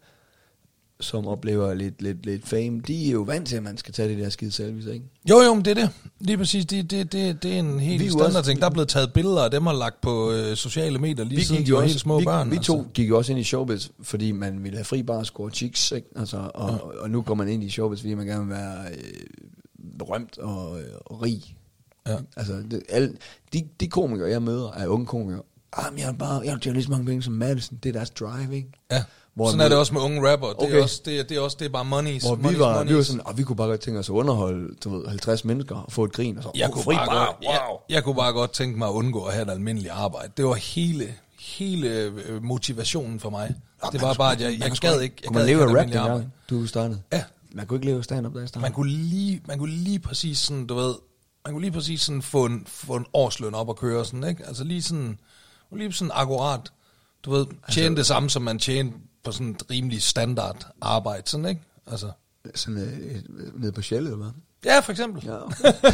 som oplever lidt, lidt, lidt fame. De er jo vant til, at man skal tage det der skide selfies, ikke? Jo, jo, men det er det. Lige præcis, det, det, det, det er en helt standard ting. Der er blevet taget billeder, og dem har lagt på øh, sociale medier, lige vi siden de var helt små vi, børn. Vi to altså. gik jo også ind i showbiz, fordi man ville have fri bar og score chicks, ikke? Altså, og, ja. og, og nu går man ind i showbiz, fordi man gerne vil være øh, berømt og, og rig. Ja. Altså, det, alle, de, de komikere, jeg møder, er unge komikere. Ah, men jeg har bare, jeg har tjent lige så mange penge som Madison. Det er deres drive, ikke? Ja. Hvor sådan er det også med unge rapper. Det, okay. er også, det, er, det er også det er bare money. Hvor vi var, vi var sådan, og vi kunne bare godt tænke os at underholde, du ved, halvtreds mennesker og få et grin og så. Jeg, oh, kunne, fri bare bar, godt, wow. jeg, jeg kunne bare godt tænke mig at undgå at have et almindeligt arbejde. Det var hele, hele motivationen for mig. Nå, det var bare, at jeg, jeg, jeg gad ikke. Jeg kunne man leve af rap dengang, du startede? Ja. Man kunne ikke leve af stand-up, da jeg startede. Man kunne lige, man kunne lige præcis sådan, du ved, man kunne lige præcis sådan få en, få en årsløn op og køre sådan, ikke? Altså lige sådan, lige sådan akkurat, du ved, tjene altså, det samme, som man tjente på sådan et rimelig standard arbejde, sådan, ikke? Altså. Sådan øh, nede på Shell, eller hvad? Ja, for eksempel. Ja.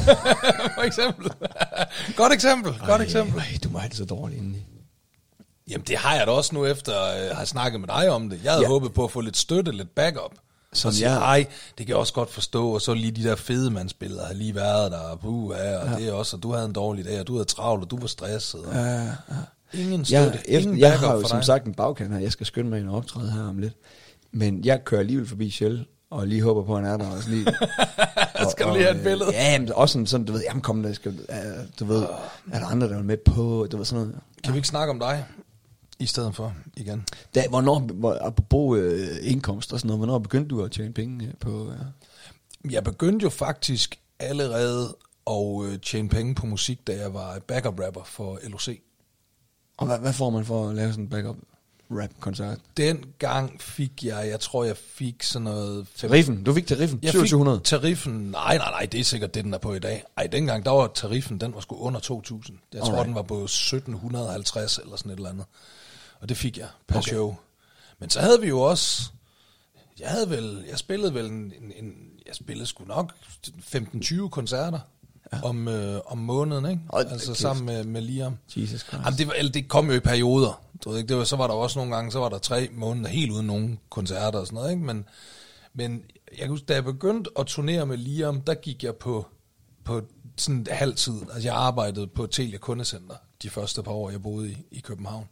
for eksempel. godt eksempel, ej, godt eksempel. Ej, du må have det så dårligt indeni. Jamen, det har jeg da også nu, efter at øh, have snakket med dig om det. Jeg havde ja. håbet på at få lidt støtte, lidt backup. Som jeg... Ej, det kan jeg også godt forstå, og så lige de der fedemandsbilleder har lige været der, og puh, ja, og ja. det er også, og du havde en dårlig dag, og du havde travlt, og du var stresset. Og... Ja, ja. Ingen støtte, jeg, ingen jeg har jo for som dig. sagt en bagkant her, jeg skal skynde mig ind og optræde her om lidt. Men jeg kører alligevel forbi Shell, og lige håber på, at han er der også lige. og, skal du lige have et billede? Ja, men også sådan, sådan, du ved, jamen kom der, skal, du ved, er der andre, der er med på, du ved sådan noget. Kan vi ikke snakke om dig? I stedet for, igen. Da, hvornår, hvor, apropos øh, indkomst og sådan noget, hvornår begyndte du at tjene penge på? Ja? Jeg begyndte jo faktisk allerede at øh, tjene penge på musik, da jeg var backup rapper for L O C. Og hvad, hvad får man for at lave sådan en backup rap-koncert? Dengang fik jeg, jeg tror jeg fik sådan noget... Tariffen? Du fik tariffen? syvogtyve hundrede? Jeg fik tariffen, nej, nej, nej, det er sikkert det, den er på i dag. Ej, dengang, der var tariffen, den var sgu under to tusind. Jeg tror, den var på sytten halvtreds eller sådan et eller andet. Og det fik jeg per okay. show. Men så havde vi jo også... Jeg havde vel... Jeg spillede vel en... en, en jeg spillede sgu nok femten tyve koncerter ja. om, øh, om måneden, ikke? Og altså sammen med, med Liam. Jesus Christ. Jamen, det, var, det kom jo i perioder. Du ved ikke, det var, så var der også nogle gange, så var der tre måneder helt uden nogen koncerter og sådan noget, ikke? Men, men jeg kan huske, da jeg begyndte at turnere med Liam, der gik jeg på, på sådan halv tid. Altså jeg arbejdede på Telia Kundecenter de første par år, jeg boede i, i København.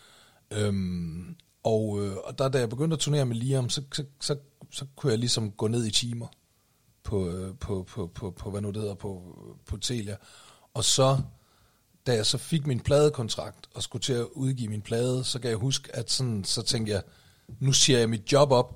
Øhm, og, øh, og der, da jeg begyndte at turnere med Liam, så, så, så, så kunne jeg ligesom gå ned i timer på, øh, på, på, på, på, hvad nu det hedder, på, på Telia. Og så, da jeg så fik min pladekontrakt og skulle til at udgive min plade, så kan jeg huske, at sådan, så tænkte jeg, nu siger jeg mit job op,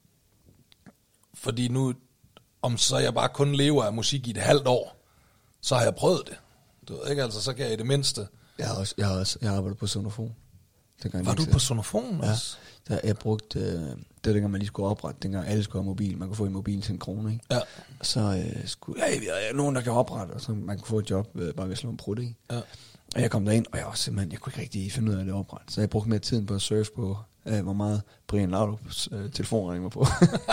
fordi nu, om så jeg bare kun lever af musik i et halvt år, så har jeg prøvet det. Du ved ikke, altså, så kan jeg i det mindste. Jeg har også, jeg har også, jeg har arbejdet på Sonofon. Var du på Sonofon også? Ja, der, jeg brugte, øh, det var dengang man lige skulle oprette, dengang alle skulle have mobil, man kunne få en mobil til en krone, ikke? Ja. Og så øh, skulle, ja, der er nogen, der kan oprette, og så man kunne få et job, øh, bare ved at slå en prut i. Ja. Og jeg kom derind, og jeg var simpelthen, jeg kunne ikke rigtig finde ud af det oprette. Så jeg brugte mere tiden på at surfe på, øh, hvor meget Brian Laudrups øh, telefonregning var på.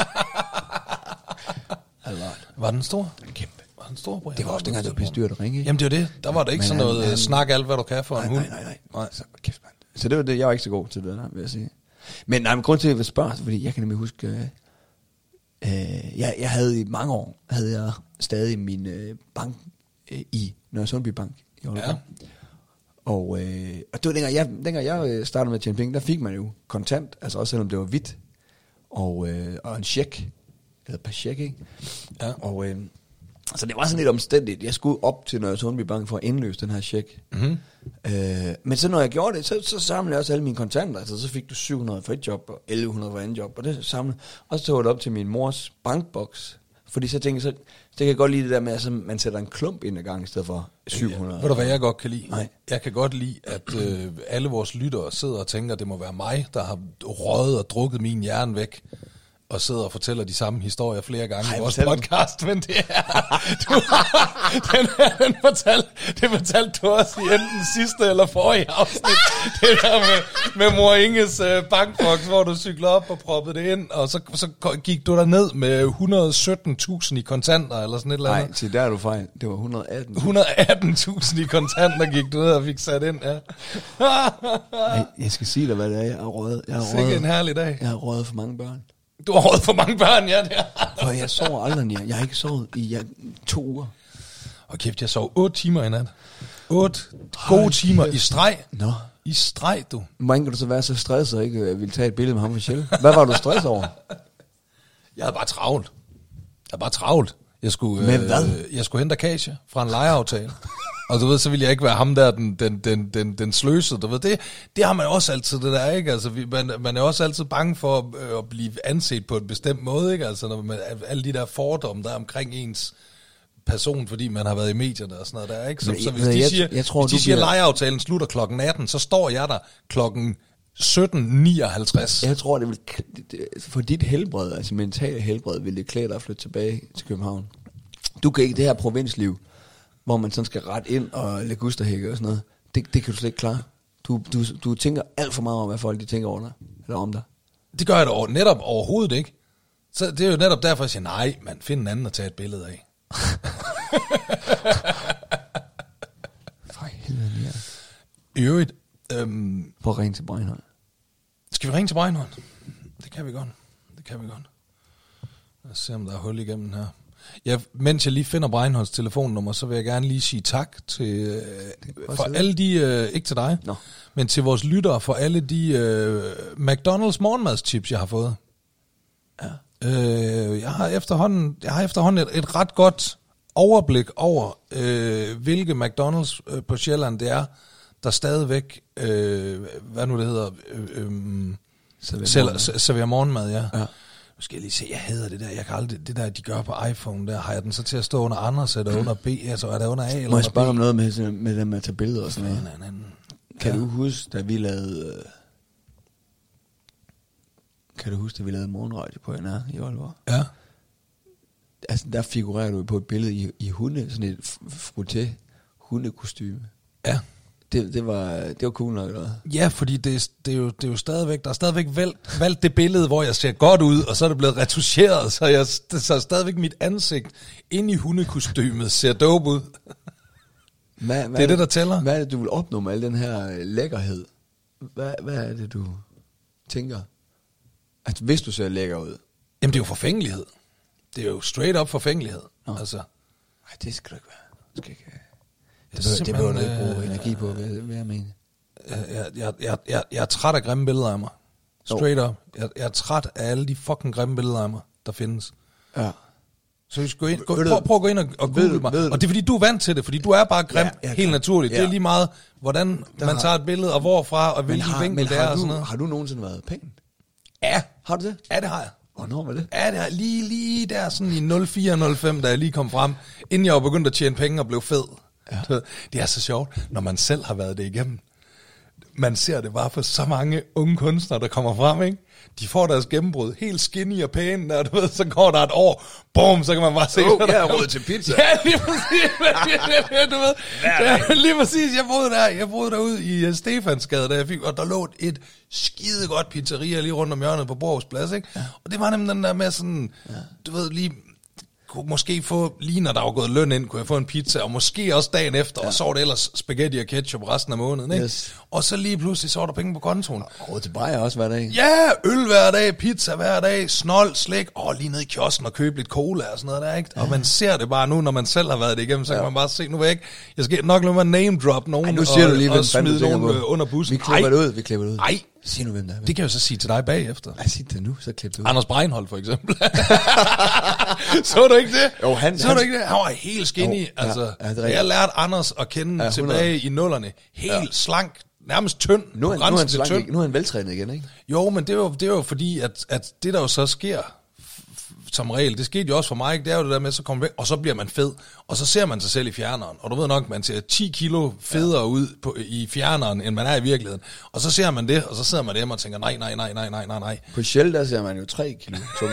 Var den stor? Kæmpe. Var den stor, Brian? Det var også dengang, det var pisse dyrt at ringe, ikke? Jamen det var det. Der var der ikke men sådan noget han, snak alt, hvad du kan for nej, en hund. Nej, nej, nej. nej. Så, kæft, man. Så det var det, jeg var ikke så god til det der, vil jeg sige. Men nej, men grund til, at jeg vil spørge, fordi jeg kan nemlig huske, øh, øh, jeg, jeg havde i mange år, havde jeg stadig min øh, bank øh, i Nørre Sundby Bank i Aalborg. Ja. Og, øh, og det var dengang jeg, dengang jeg startede med at tjene penge, der fik man jo kontant, altså også selvom det var hvidt, og, øh, og en check, eller per check, ikke? Ja. Og øh, så det var sådan lidt omstændigt. Jeg skulle op til Nørre Sundby Bank for at indløse den her check. Mm-hmm. Øh, men så når jeg gjorde det, så, så samlede jeg også alle mine kontanter. Altså så fik du syv hundrede for et job, og elleve hundrede for et andet job, og det samlede. Og så tog jeg det op til min mors bankboks, Fordi så tænker jeg, så, så kan jeg godt lide det der med, at man sætter en klump ind ad gang i stedet for syv hundrede. Ja, ved du, hvad jeg godt kan lide? Nej. Jeg kan godt lide, at øh, alle vores lyttere sidder og tænker, at det må være mig, der har røget og drukket min hjerne væk, og sidder og fortæller de samme historier flere gange Ej, i vores podcast, men det er, du har, den her, den fortalte, det fortalte du også i enten sidste eller forrige afsnit, det der med, med mor Inges uh, bankboks, hvor du cyklede op og proppede det ind, og så, så gik du der ned med et hundrede og sytten tusind i kontanter, eller sådan et eller andet. Nej, til der er du fejl, det var et hundrede og atten. et hundrede og atten tusind i kontanter gik du ned og fik sat ind, ja. Ej, jeg skal sige dig, hvad det er, jeg har røget. Jeg har Sikke røget, en herlig dag. jeg har røget for mange børn. Du har røget for mange børn, ja, det er. Og jeg sover aldrig, jeg, jeg har ikke sovet i ja, to uger. Og kæft, jeg sov otte timer i nat. Otte gode timer i streg. Nå. I streg, du. Hvordan kan du så være så stresset og ikke ville tage et billede med ham for Shell? Hvad var du stresset over? Jeg havde bare travlt. Jeg havde bare travlt. Jeg skulle, Men hvad? Øh, jeg skulle hente Akacia fra en lejeaftale. Og du ved, så ville jeg ikke være ham der, den, den, den, den, den sløsede. Du ved, det, det har man også altid, det der, ikke? Altså, vi, man, man er også altid bange for øh, at blive anset på en bestemt måde, ikke? Altså, når man, alle de der fordomme, der er omkring ens person, fordi man har været i medierne og sådan noget der, ikke? Så, Men, så hvis jeg, de jeg, siger, jeg tror, hvis de du siger bliver... lejeaftalen slutter klokken atten, så står jeg der klokken sytten nioghalvtreds. Jeg tror, det vil, for dit helbred, altså mentale helbred, vil det klæde dig at flytte tilbage til København. Du kan ikke det her provinsliv, hvor man sådan skal ret ind og lægge gusterhække og sådan noget. Det, det kan du slet ikke klare. Du, du, du tænker alt for meget om, hvad folk de tænker over dig, eller om dig. Det gør jeg da over, netop overhovedet ikke. Så det er jo netop derfor, jeg siger, nej, man, find en anden at tage et billede af. For helvede, ja. I øvrigt, øhm, Prøv at ringe til Breinholt. skal vi ringe til Breinholt? Det kan vi godt. Det kan vi godt. Lad os se, om der er hul igennem her. Ja, mens jeg lige finder Breinholts telefonnummer, så vil jeg gerne lige sige tak til øh, for alle de, øh, ikke til dig, Nå. men til vores lyttere for alle de øh, McDonald's morgenmadstips, jeg har fået. Ja. Øh, jeg har efterhånden, jeg har efterhånden et, et ret godt overblik over, øh, hvilke McDonald's øh, på Sjælland det er, der stadigvæk, øh, hvad nu det hedder, øh, øh, serverer, serverer morgenmad, ja. ja. Nu skal jeg lige se, jeg hader det der, jeg kan aldrig, det der, de gør på iPhone der, har jeg den så til at stå under Anders, eller under B, altså er der under A, eller Må jeg spørge under om noget med, med dem med at tage billeder og sådan noget? nej, nej, nej. Kan Ja. du huske, da vi lavede... Øh, kan du huske, da vi lavede morgenradio på N R i Aalborg? Ja. Altså, der figurerer du på et billede i, i hunde, sådan et frotté hundekostyme. Ja. Det, det, var, det var cool nok, eller hvad? Ja, fordi det, er- det, er jo, det er jo stadigvæk, der er stadigvæk valgt, valgt det billede, hvor jeg ser godt ud, og så er det blevet retuscheret, så, jeg, så er stadigvæk mit ansigt ind i hundekostymet ser dope ud. Hvad, hvad Det er det, der tæller. Hvad er det, du vil opnå med al den her øh, lækkerhed? Hvad, hvad er det, du tænker? Altså, hvis du ser lækker ud? Jamen, det er jo forfængelighed. Det er jo straight up forfængelighed. Nå. Altså, Nej, det skal du ikke være. Du skal ikke, øh, Jeg det, behøver, det behøver du ikke simpelthen, bruge øh, energi på, hvad, hvad jeg mener. jeg, jeg, jeg, jeg, jeg er træt af grimme billeder af mig. Straight up. Jeg, jeg er træt af alle de fucking grimme billeder af mig, der findes. Ja. Så vi skal gå ind, gå, Ved du- prøv, prøv at gå ind og, og ved google du- mig. ved du- Og det er fordi, du er vant til det, fordi du er bare grim, Ja, jeg er helt grim. naturligt. Det Ja. er lige meget, hvordan Der man har- tager et billede, og hvorfra, og Men hvilken har, vinkel men det er, har, og sådan du, noget. har du nogensinde været pæn? Ja, Har du det? ja, det har jeg. Hvornår var det? Ja, det har lige, lige der sådan i nul fire nul fem, da jeg lige kom frem, inden jeg var begyndt at tjene penge og blev fed. Ja. Det er så sjovt, når man selv har været det igennem. Man ser det bare for så mange unge kunstnere, der kommer frem, ikke? De får deres gennembrud, helt skinny og pæne, der, du ved, så går der et år, bum, så kan man bare se... Åh, hvad der jeg har kommer. råd til pizza. Ja, lige præcis, du ved. Ja, lige præcis, jeg boede der, jeg boede derude i uh, Stefansgade, der jeg fik, og der lå et skide godt pizzeria lige rundt om hjørnet på Borgs Plads, ikke? Ja. Og det var nemlig den der med sådan, ja. du ved, lige... kunne måske få, lige når der var gået løn ind, kunne jeg få en pizza, og måske også dagen efter, ja. Og så var det ellers spaghetti og ketchup resten af måneden, ikke? Yes. Og så lige pludselig, så var der penge på kontoen. Råd til bajer også hver dag. Ja, øl hver dag, pizza hver dag, snold, slik, og lige ned i kiosken og købe lidt cola og sådan noget der, ikke? Ja. Og man ser det bare nu, når man selv har været det igennem, så ja. Kan man bare se, nu vil jeg ikke, jeg skal nok lade mig name drop nogen, Ej, nu siger og, du lige, og hvem fanden du smide tænker nogen på. øh, under bussen. Vi klipper det ud, vi klipper det ud. Nej, Sig nu, hvem der er. det kan jeg jo så sige til dig bagefter. Ej, sig det nu, så klip det ud. Anders Breinholt for eksempel. Så du ikke det? Jo, han- så han- du ikke det? Han var helt skinny. Jo, ja, altså, ja, det er rigtigt. jeg lærte Anders at kende Ja, tilbage i nullerne. Helt ja. Slank, nærmest tynd. Nu er, på nu, er han grænsen til slank, tynd. igen. Nu er han veltrænet igen, ikke? Jo, men det var, det var fordi, at, at det der jo så sker, f- f- som regel, det skete jo også for mig, ikke? Det er jo det der med, så kommer væk, og så bliver man fed, og så ser man sig selv i fjerneren, og du ved nok, man ser ti kilo federe ja. ud på, i fjerneren, end man er i virkeligheden, og så ser man det, og så sidder man hjemme og tænker, nej, nej, nej, nej, nej, nej, nej. På Shell, der ser man jo tre kilo tunge.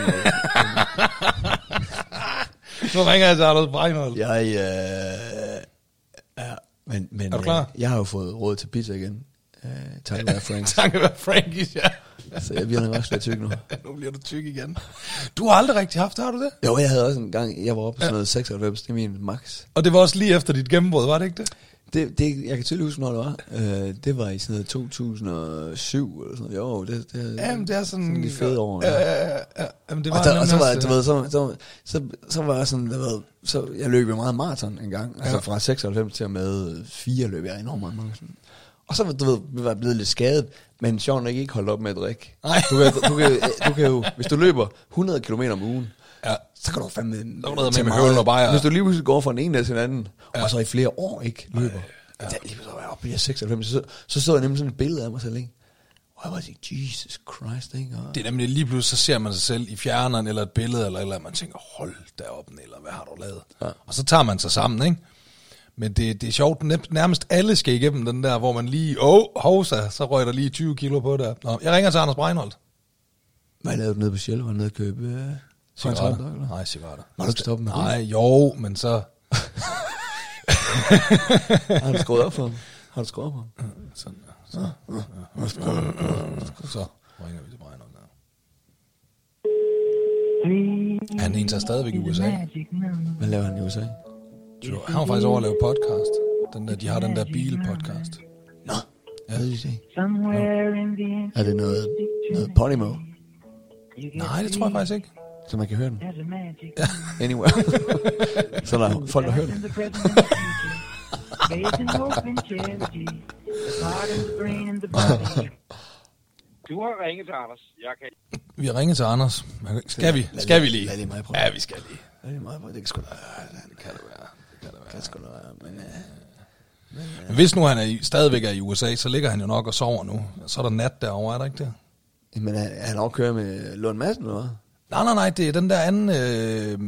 Nu ringer jeg til Anders Breinholt. Jeg, øh, ja, men, men er du klar? Øh, jeg har jo fået råd til pizza igen. Øh, tak være Frankies. tak være Frankies, ja. Så jeg bliver nok også lidt tyk nu. Nu bliver du tyk igen. Du har aldrig rigtig haft det, har du det? Jo, jeg havde også en gang, jeg var oppe på sådan noget seksoghalvfems, det er min max. Og det var også lige efter dit gennembrud, var det ikke det? Det, det, jeg kan tydeligt huske, når det var. Øh, det var i sådan noget to tusind og syv eller sådan noget. Jo, det, det, jamen, det er sådan... sådan de fede år. Ja, ja, ja. ja. Jamen, det var og, der, og så var også, du ved, så, så, så, så var jeg sådan, ved, så jeg løb jo meget maraton en gang. Ja. Altså fra seksoghalvfems til og med fire løb jeg enormt mange. Sådan. Og så du ved, vi var blevet lidt skadet, men sjovt nok ikke holdt op med at drikke. Nej. Du kan, du, kan, du kan jo, hvis du løber hundrede kilometer om ugen, ja. så kan du fandme til med høvlen og bajer. Hvis du lige pludselig går fra den ene dag til den anden, ja. og så i flere år ikke løber. Ja. Ja. Lige så var jeg oppe i seksoghalvfems, så, så stod jeg nemlig sådan et billede af mig selv, ikke? Og jeg var sådan, Jesus Christ, ikke? Og det er nemlig lige pludselig, så ser man sig selv i fjerneren, eller et billede, eller eller man tænker, hold da op, eller hvad har du lavet? Ja. Og så tager man sig sammen, ikke? Men det, det er sjovt, nærmest alle skal igennem den der, hvor man lige, åh, oh, hovsa, så røg der lige tyve kilo på der. Nå, jeg ringer til Anders Breinholt. Hvad lavede du nede på Shell? Var du nede og købe øh, cigaretter? Nej, cigaretter. Var du ikke stoppet med det? Nej, jo, men så... Har du skruet op for ham? Har du skruet op for ham? Sådan, ja. Så, ja. Ja. Så ringer vi til Breinholt der. Han er en, der er stadigvæk i U S A. Hvad laver han i U S A? Han var faktisk over at lave podcast. Den der, de har den der bil-podcast. Nå, ja. Hvad vil I sige? Er det noget, noget Podimo? Nej, det tror jeg faktisk ikke. Så man kan høre den? Ja. Anywhere. Så der er folk, der hører den. Du har ringet til Anders. Jeg kan... Vi har ringet til Anders. Skal vi? Skal vi lige? Lad lige mig prøve. Ja, vi skal lige. Lad lige mig prøve. Det kan sgu da være. Det kan det være. Det kan det være. Kan sgu da være. Men, uh, men, uh, hvis nu han er i, stadigvæk er i U S A, så ligger han jo nok og sover nu. Så er der nat derovre, er der ikke det? Men er han også kører med Lund Madsen, eller hvad? Nej, nej, nej. Det er den der anden... Øh,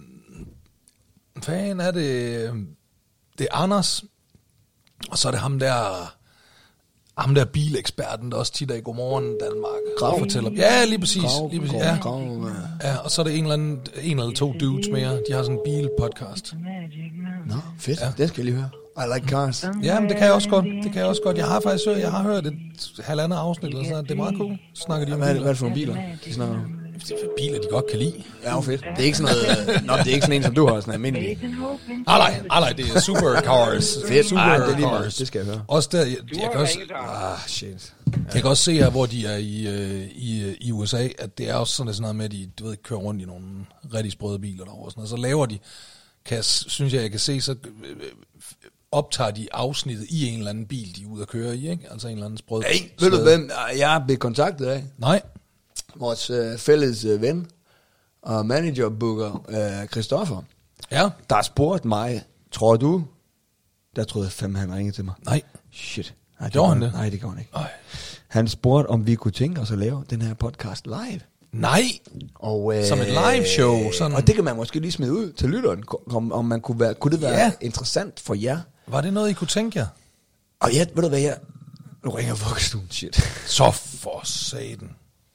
fan er det... Det er Anders. Og så er det ham der... Ham der bileksperten, der også tit er i Godmorgen Danmark. Grav. Fortæller. Ja, lige præcis. Grav, lige præcis. Grav, Ja. Grav, ja. Ja, og så er det en eller, anden, en eller to dudes mere. De har sådan en bilpodcast. Nå, fedt. Ja. Det skal jeg lige høre. I like cars. Ja, men det kan jeg også godt. Det kan jeg også godt. Jeg har faktisk hørt, jeg har hørt et halvandet afsnit eller sådan. Det er meget cool. Så snakker de om hvad er det, biler. hvad er det for nogle biler, de snakker om? Det er biler, de godt kan lide. Ja, fedt. Det er ikke sådan noget... Nå, det er ikke sådan en, som du har, sådan almindelig. Nej, nej, nej, nej, det er supercars. Fedt. Super Ej, det er lige cars. meget. Det skal jeg høre. Også der, jeg, jeg kan også... Ah, shit. Jeg kan også se her, hvor de er i, øh, i, i U S A, at det er også sådan, sådan noget med, at de du ved, kører rundt i nogle rigtig sprøde biler derovre. Sådan noget. Så laver de, kan jeg, synes jeg, jeg kan se, så øh, optager de afsnittet i en eller anden bil, de er ude at køre i, ikke? Altså en eller anden sprød. Hey, ved du hvem jeg er blevet kontaktet af? Nej. Vores øh, fælles øh, ven og managerbooker, øh, Christoffer, Ja. der har spurgt mig, tror du, der troede jeg fandme, han ringede til mig. Nej. Shit. Nej, det Gjorde han det? Nej, det gjorde han ikke. Ej. Han spurgte, om vi kunne tænke os at lave den her podcast live. Nej. Og, øh, Som et live show. Sådan. Og det kan man måske lige smide ud til lytteren, om, om man kunne, være, kunne det være Ja. interessant for jer. Var det noget, I kunne tænke jer? Og ja, ved du hvad, jeg... Nu ringer vuggestuen, shit. Så for satan.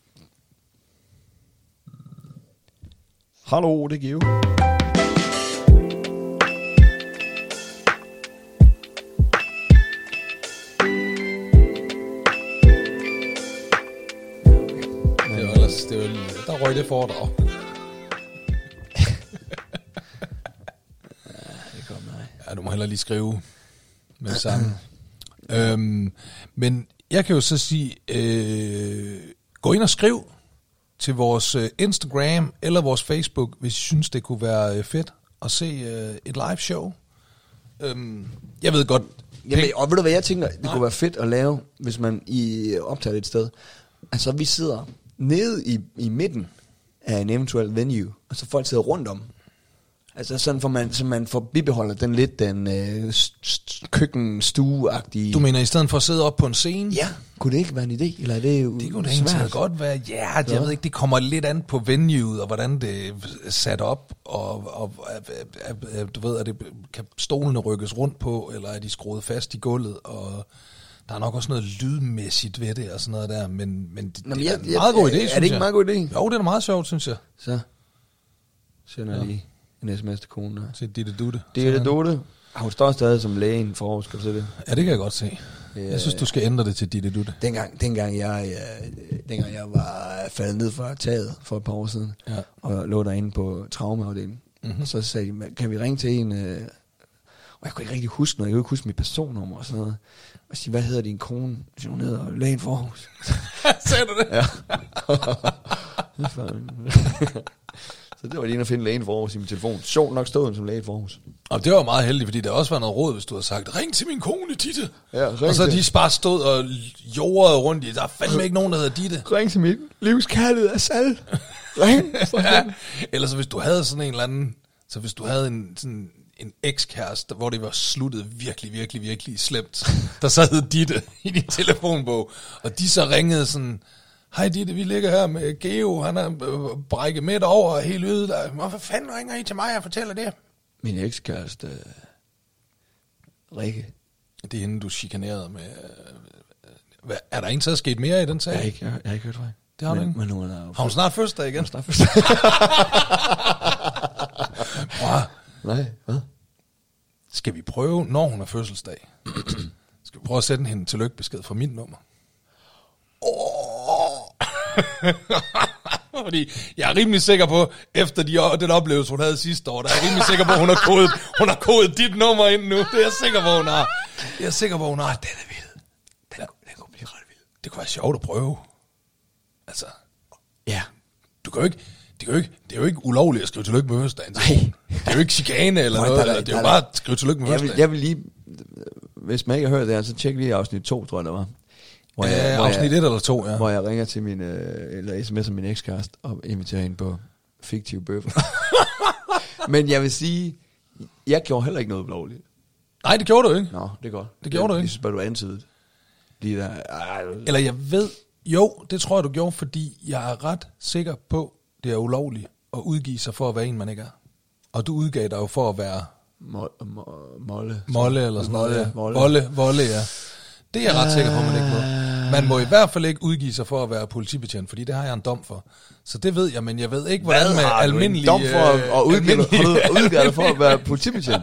Hallo, det er Geo. Det var ellers, det var, der røg det foredrag. Ja, det kom nej. Ja, du må heller lige skrive med det samme. øhm, men jeg kan jo så sige, øh, gå ind og skriv til vores øh, Instagram eller vores Facebook, hvis I synes, det kunne være øh, fedt at se øh, et live show. Øhm, jeg ved godt... Jamen, og ved du hvad jeg tænker, det Nej. kunne være fedt at lave, hvis man i optager et sted. Altså vi sidder nede i, i midten af en eventuel venue, og så folk sidder rundt om. Altså sådan, for man, så man får bibeholder den lidt, den øh, køkkenstue-agtige... Du mener, i stedet for at sidde op på en scene? Ja, kunne det ikke være en idé? Eller er det jo Det kunne det egentlig godt være. Ja, jeg ja. ved ikke, det kommer lidt an på venueet, og hvordan det er sat op, og, og du ved, at det, kan stolene rykkes rundt på, eller er de skruet fast i gulvet, og der er nok også noget lydmæssigt ved det, og sådan noget der, men, men det, Nå, men det er jeg, en meget god idé, synes jeg. Er det ikke en meget god idé? Jo, det er meget sjovt, synes jeg. Så sender jeg ja. lige en sms til konen her. Til Ditte Dutte. Ditte Dutte. Hun står stadig som lægen for Aarhus, skal du se det? Ja, det kan jeg godt se. Jeg synes, du skal ændre det til Ditte Dutte. Dengang, dengang, jeg, jeg, dengang jeg var faldet ned fra taget for et par år siden, ja. og lå derinde på traumeafdelingen, mm-hmm. så sagde de, kan vi ringe til en, øh, og jeg kunne ikke rigtig huske noget, jeg kunne ikke huske mit personnummer og sådan noget, og sige, hvad hedder din kone? Så hun hedder lægen for Aarhus. Sagde du det? Ja. Så det var lige en at finde lægen for Aarhus i min telefon. Sjovt nok stod hun som lægen for Aarhus. Og det var meget heldigt, fordi der også var noget råd, hvis du havde sagt, ring til min kone, Ditte. Ja, og så til. De bare stod og jordede rundt i, der er fandme ikke nogen, der hedder Ditte. Ring til mit livskærlighed af salg. Ring. Ja. Eller så hvis du havde sådan en eller anden, så hvis du havde en sådan en ekskæreste, hvor det var sluttet virkelig, virkelig, virkelig slemt, der så hed Ditte i din telefonbog, og de så ringede sådan, hej Ditte, vi ligger her med Geo, han er brækket midt over og helt øde der. Hvorfor fanden ringer I til mig og fortæller det? Min ekskæreste, Rikke. Det er hende, du chikanerede med. Hvad, er der en, der er sket mere i den sag? Jeg har ikke, jeg, jeg har ikke hørt fra hende. Det har du ikke? Men hun er, har hun snart fødselsdag igen? Hun snart fødselsdag. Wow. Nej, hvad? Skal vi prøve, når hun har fødselsdag? Skal vi prøve at sende hende til lykkebesked fra mit nummer? Oh. Fordi jeg er rimelig sikker på, efter de, den oplevelse, hun havde sidste år, der er jeg rimelig sikker på, at hun har kodet, hun har kodet dit nummer ind nu. Det er jeg sikker på, hun har. Det er jeg sikker på, hun har. Den er vild. Den, den kunne blive ret vild. Det kunne være sjovt at prøve. Altså. Ja. Du kan jo ikke, det, kan jo ikke, det er jo ikke ulovligt at skrive tillykke med fødselsdagen. Nej. Det er jo ikke chikane eller Nej, noget. Der, der, det er jo bare at skrive tillykke med fødselsdagen. Jeg vil lige, hvis man ikke har hørt det her, så tjek lige afsnit to, tror jeg, der var. Hvor jeg, ja, afsnit et eller to, ja. Hvor jeg ringer til min, øh, eller sms'er min ekskæreste og inviterer hende på fiktive bøffer. Men jeg vil sige, jeg gjorde heller ikke noget ulovligt. Nej, det gjorde du ikke. Nå, det er godt. Det gjorde jeg, du ikke. Jeg synes bare, du antydede. De der, ej, eller jeg ved, jo, det tror jeg, du gjorde, fordi jeg er ret sikker på, det er ulovligt at udgive sig for at være en, man ikke er. Og du udgav dig jo for at være... Mo- mo- molle. Molle eller sådan molle, noget, ja. Molle. Volle, volle, ja. Det er jeg ret sikker på, man ikke må. Man må i hvert fald ikke udgive sig for at være politibetjent, fordi det har jeg en dom for. Så det ved jeg, men jeg ved ikke, hvordan med almindelige... Hvad har du en dom for at udgive, udgive dig for at være politibetjent?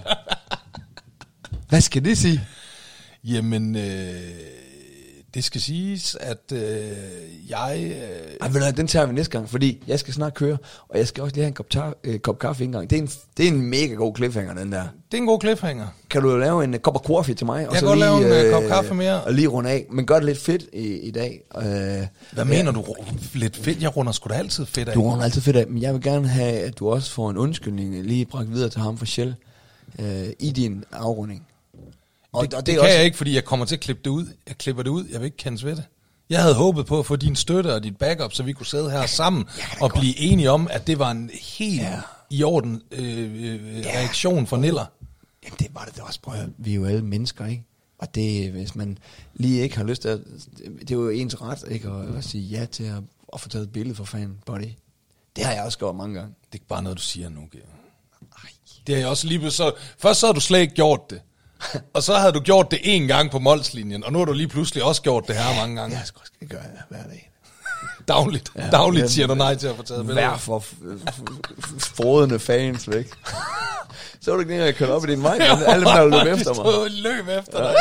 Hvad skal det sige? Jamen, øh, det skal siges, at øh, jeg... Øh, Ej, ved du, den tager vi næste gang, fordi jeg skal snart køre, og jeg skal også lige have en kop, tar, øh, kop kaffe en gang. Det er en, det er en mega god cliffhanger, den der. Det er en god cliffhanger. Kan du lave en kop af kaffe til mig? Og jeg så kan lige, lave en øh, kop kaffe mere. Og lige runde af, men gør det lidt fedt i, i dag. Øh, Hvad mener du? Lidt fedt? Jeg runder sgu da altid fedt af. Du runder altid fedt af, men jeg vil gerne have, at du også får en undskyldning lige bragt videre til ham for Shell øh, i din afrunding. Og det, og det, det kan også... jeg ikke, fordi jeg kommer til at klippe det ud. Jeg klipper det ud. Jeg vil ikke kendes ved det. Jeg havde håbet på at få din støtte og dit backup, så vi kunne sidde her sammen og godt. blive enige om, at det var en helt ja. i orden øh, øh, ja. reaktion for Niller. Jamen det var det også, prøv at, vi er jo alle mennesker, ikke? Og det, hvis man lige ikke har lyst til at, det er jo ens ret, ikke? At, at sige ja til at, at få taget et billede for fan, buddy. Det har jeg også gjort mange gange. Det er ikke bare noget, du siger nu, Geo. Det har jeg også lige så først så har du slet ikke gjort det. Og så havde du gjort det en gang på Molslinjen, og nu har du lige pludselig også gjort det her mange gange. Ja, det gør jeg hver dag. Dagligt. Ja, Dagligt siger du nej til at få taget billeder. Vær for frodende fans væk. Så var du ikke jeg kørte op i din vej, men alle der løb efter mig. Jeg løb efter dig.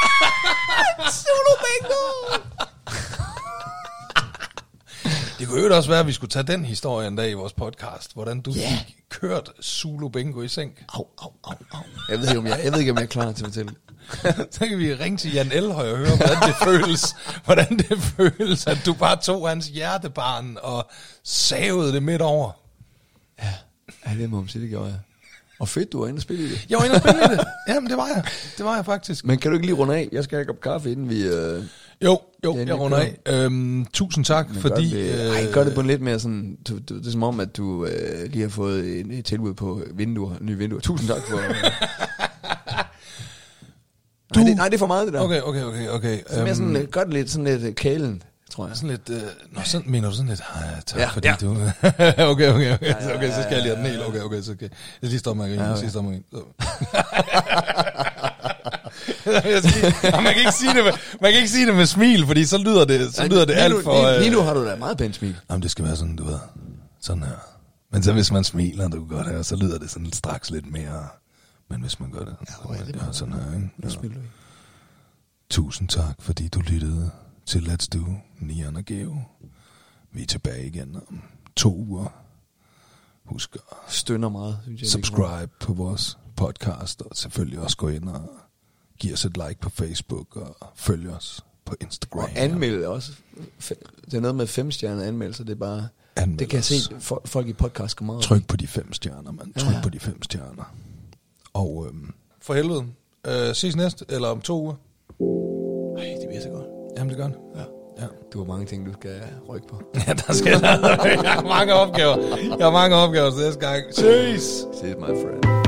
Zulu Bingo! Det kunne jo også være, at vi skulle tage den historie en dag i vores podcast, hvordan du yeah. fik kørt Zulu Bingo i sænk. Au, au, au, au. Jeg ved ikke, om jeg, jeg, ved ikke, om jeg er klar til at fortælle. Så kan vi ringe til Jan Elhøj og høre, hvordan det føles, hvordan det føles, at du bare tog hans hjertebarn og savede det midt over. Ja, ja det må man sige, det gjorde jeg. Og fedt, du var inde og spille i det. Jeg var inde og spille i det. Jamen, det var jeg. Det var jeg faktisk. Men kan du ikke lige runde af? Jeg skal have en kop kaffe, inden vi... Øh... Jo, jo, Den jeg runder af. Øhm, tusind tak, Men fordi... Gør det, ej, gør det på en lidt mere sådan... Du, du, det er som om, at du øh, lige har fået en, et tilbud på vinduer, nye vinduer. Tusind tak for... du... nej, det, nej, det er for meget, det der. Okay, okay, okay, okay. Så mere sådan, um, gør det lidt sådan lidt kælen, tror jeg. Sådan lidt... Øh, nå, sådan, mener du sådan lidt... Ej, tak, ja, fordi ja. du... okay, okay, okay. Ja, ja, okay, så skal jeg lige have den helt. Okay, okay, så okay. Jeg lige stoppe mig igen. Jeg lige stoppe mig igen. Jeg skal, man kan ikke sige det med, man kan ikke sige det med smil, fordi så lyder det, så lyder det lige alt nu, for... Lige, lige nu øh, har du da meget pænt smil. Jamen, det skal være sådan, du ved, sådan her. Men så hvis man smiler, du godt her, så lyder det sådan straks lidt mere... Men hvis man gør det, ja, så det ja, sådan her, ikke? Ja. Tusind tak, fordi du lyttede til Let's Do, Nian og Geo. Vi er tilbage igen om to uger. Husk at Stønner meget, synes jeg. subscribe på vores podcast, og selvfølgelig også gå ind og give os et like på Facebook, og følg os på Instagram. Og anmelde også. Det er noget med fem stjerner anmeldelser, det er bare... Anmeld det kan jeg se, os. folk i podcast går meget. Tryk på de fem stjerner, mand. Tryk Ja. på de fem stjerner. Og øhm, for helvede, øh, ses næste, eller om to uger. Ej, det bliver så godt. Jamen, det gør det. Ja. Ja. Du har mange ting, du skal rykke på. Ja, der skal jeg. Jeg har mange opgaver. Jeg har mange opgaver til næste gang. Ses! Ses, my friend.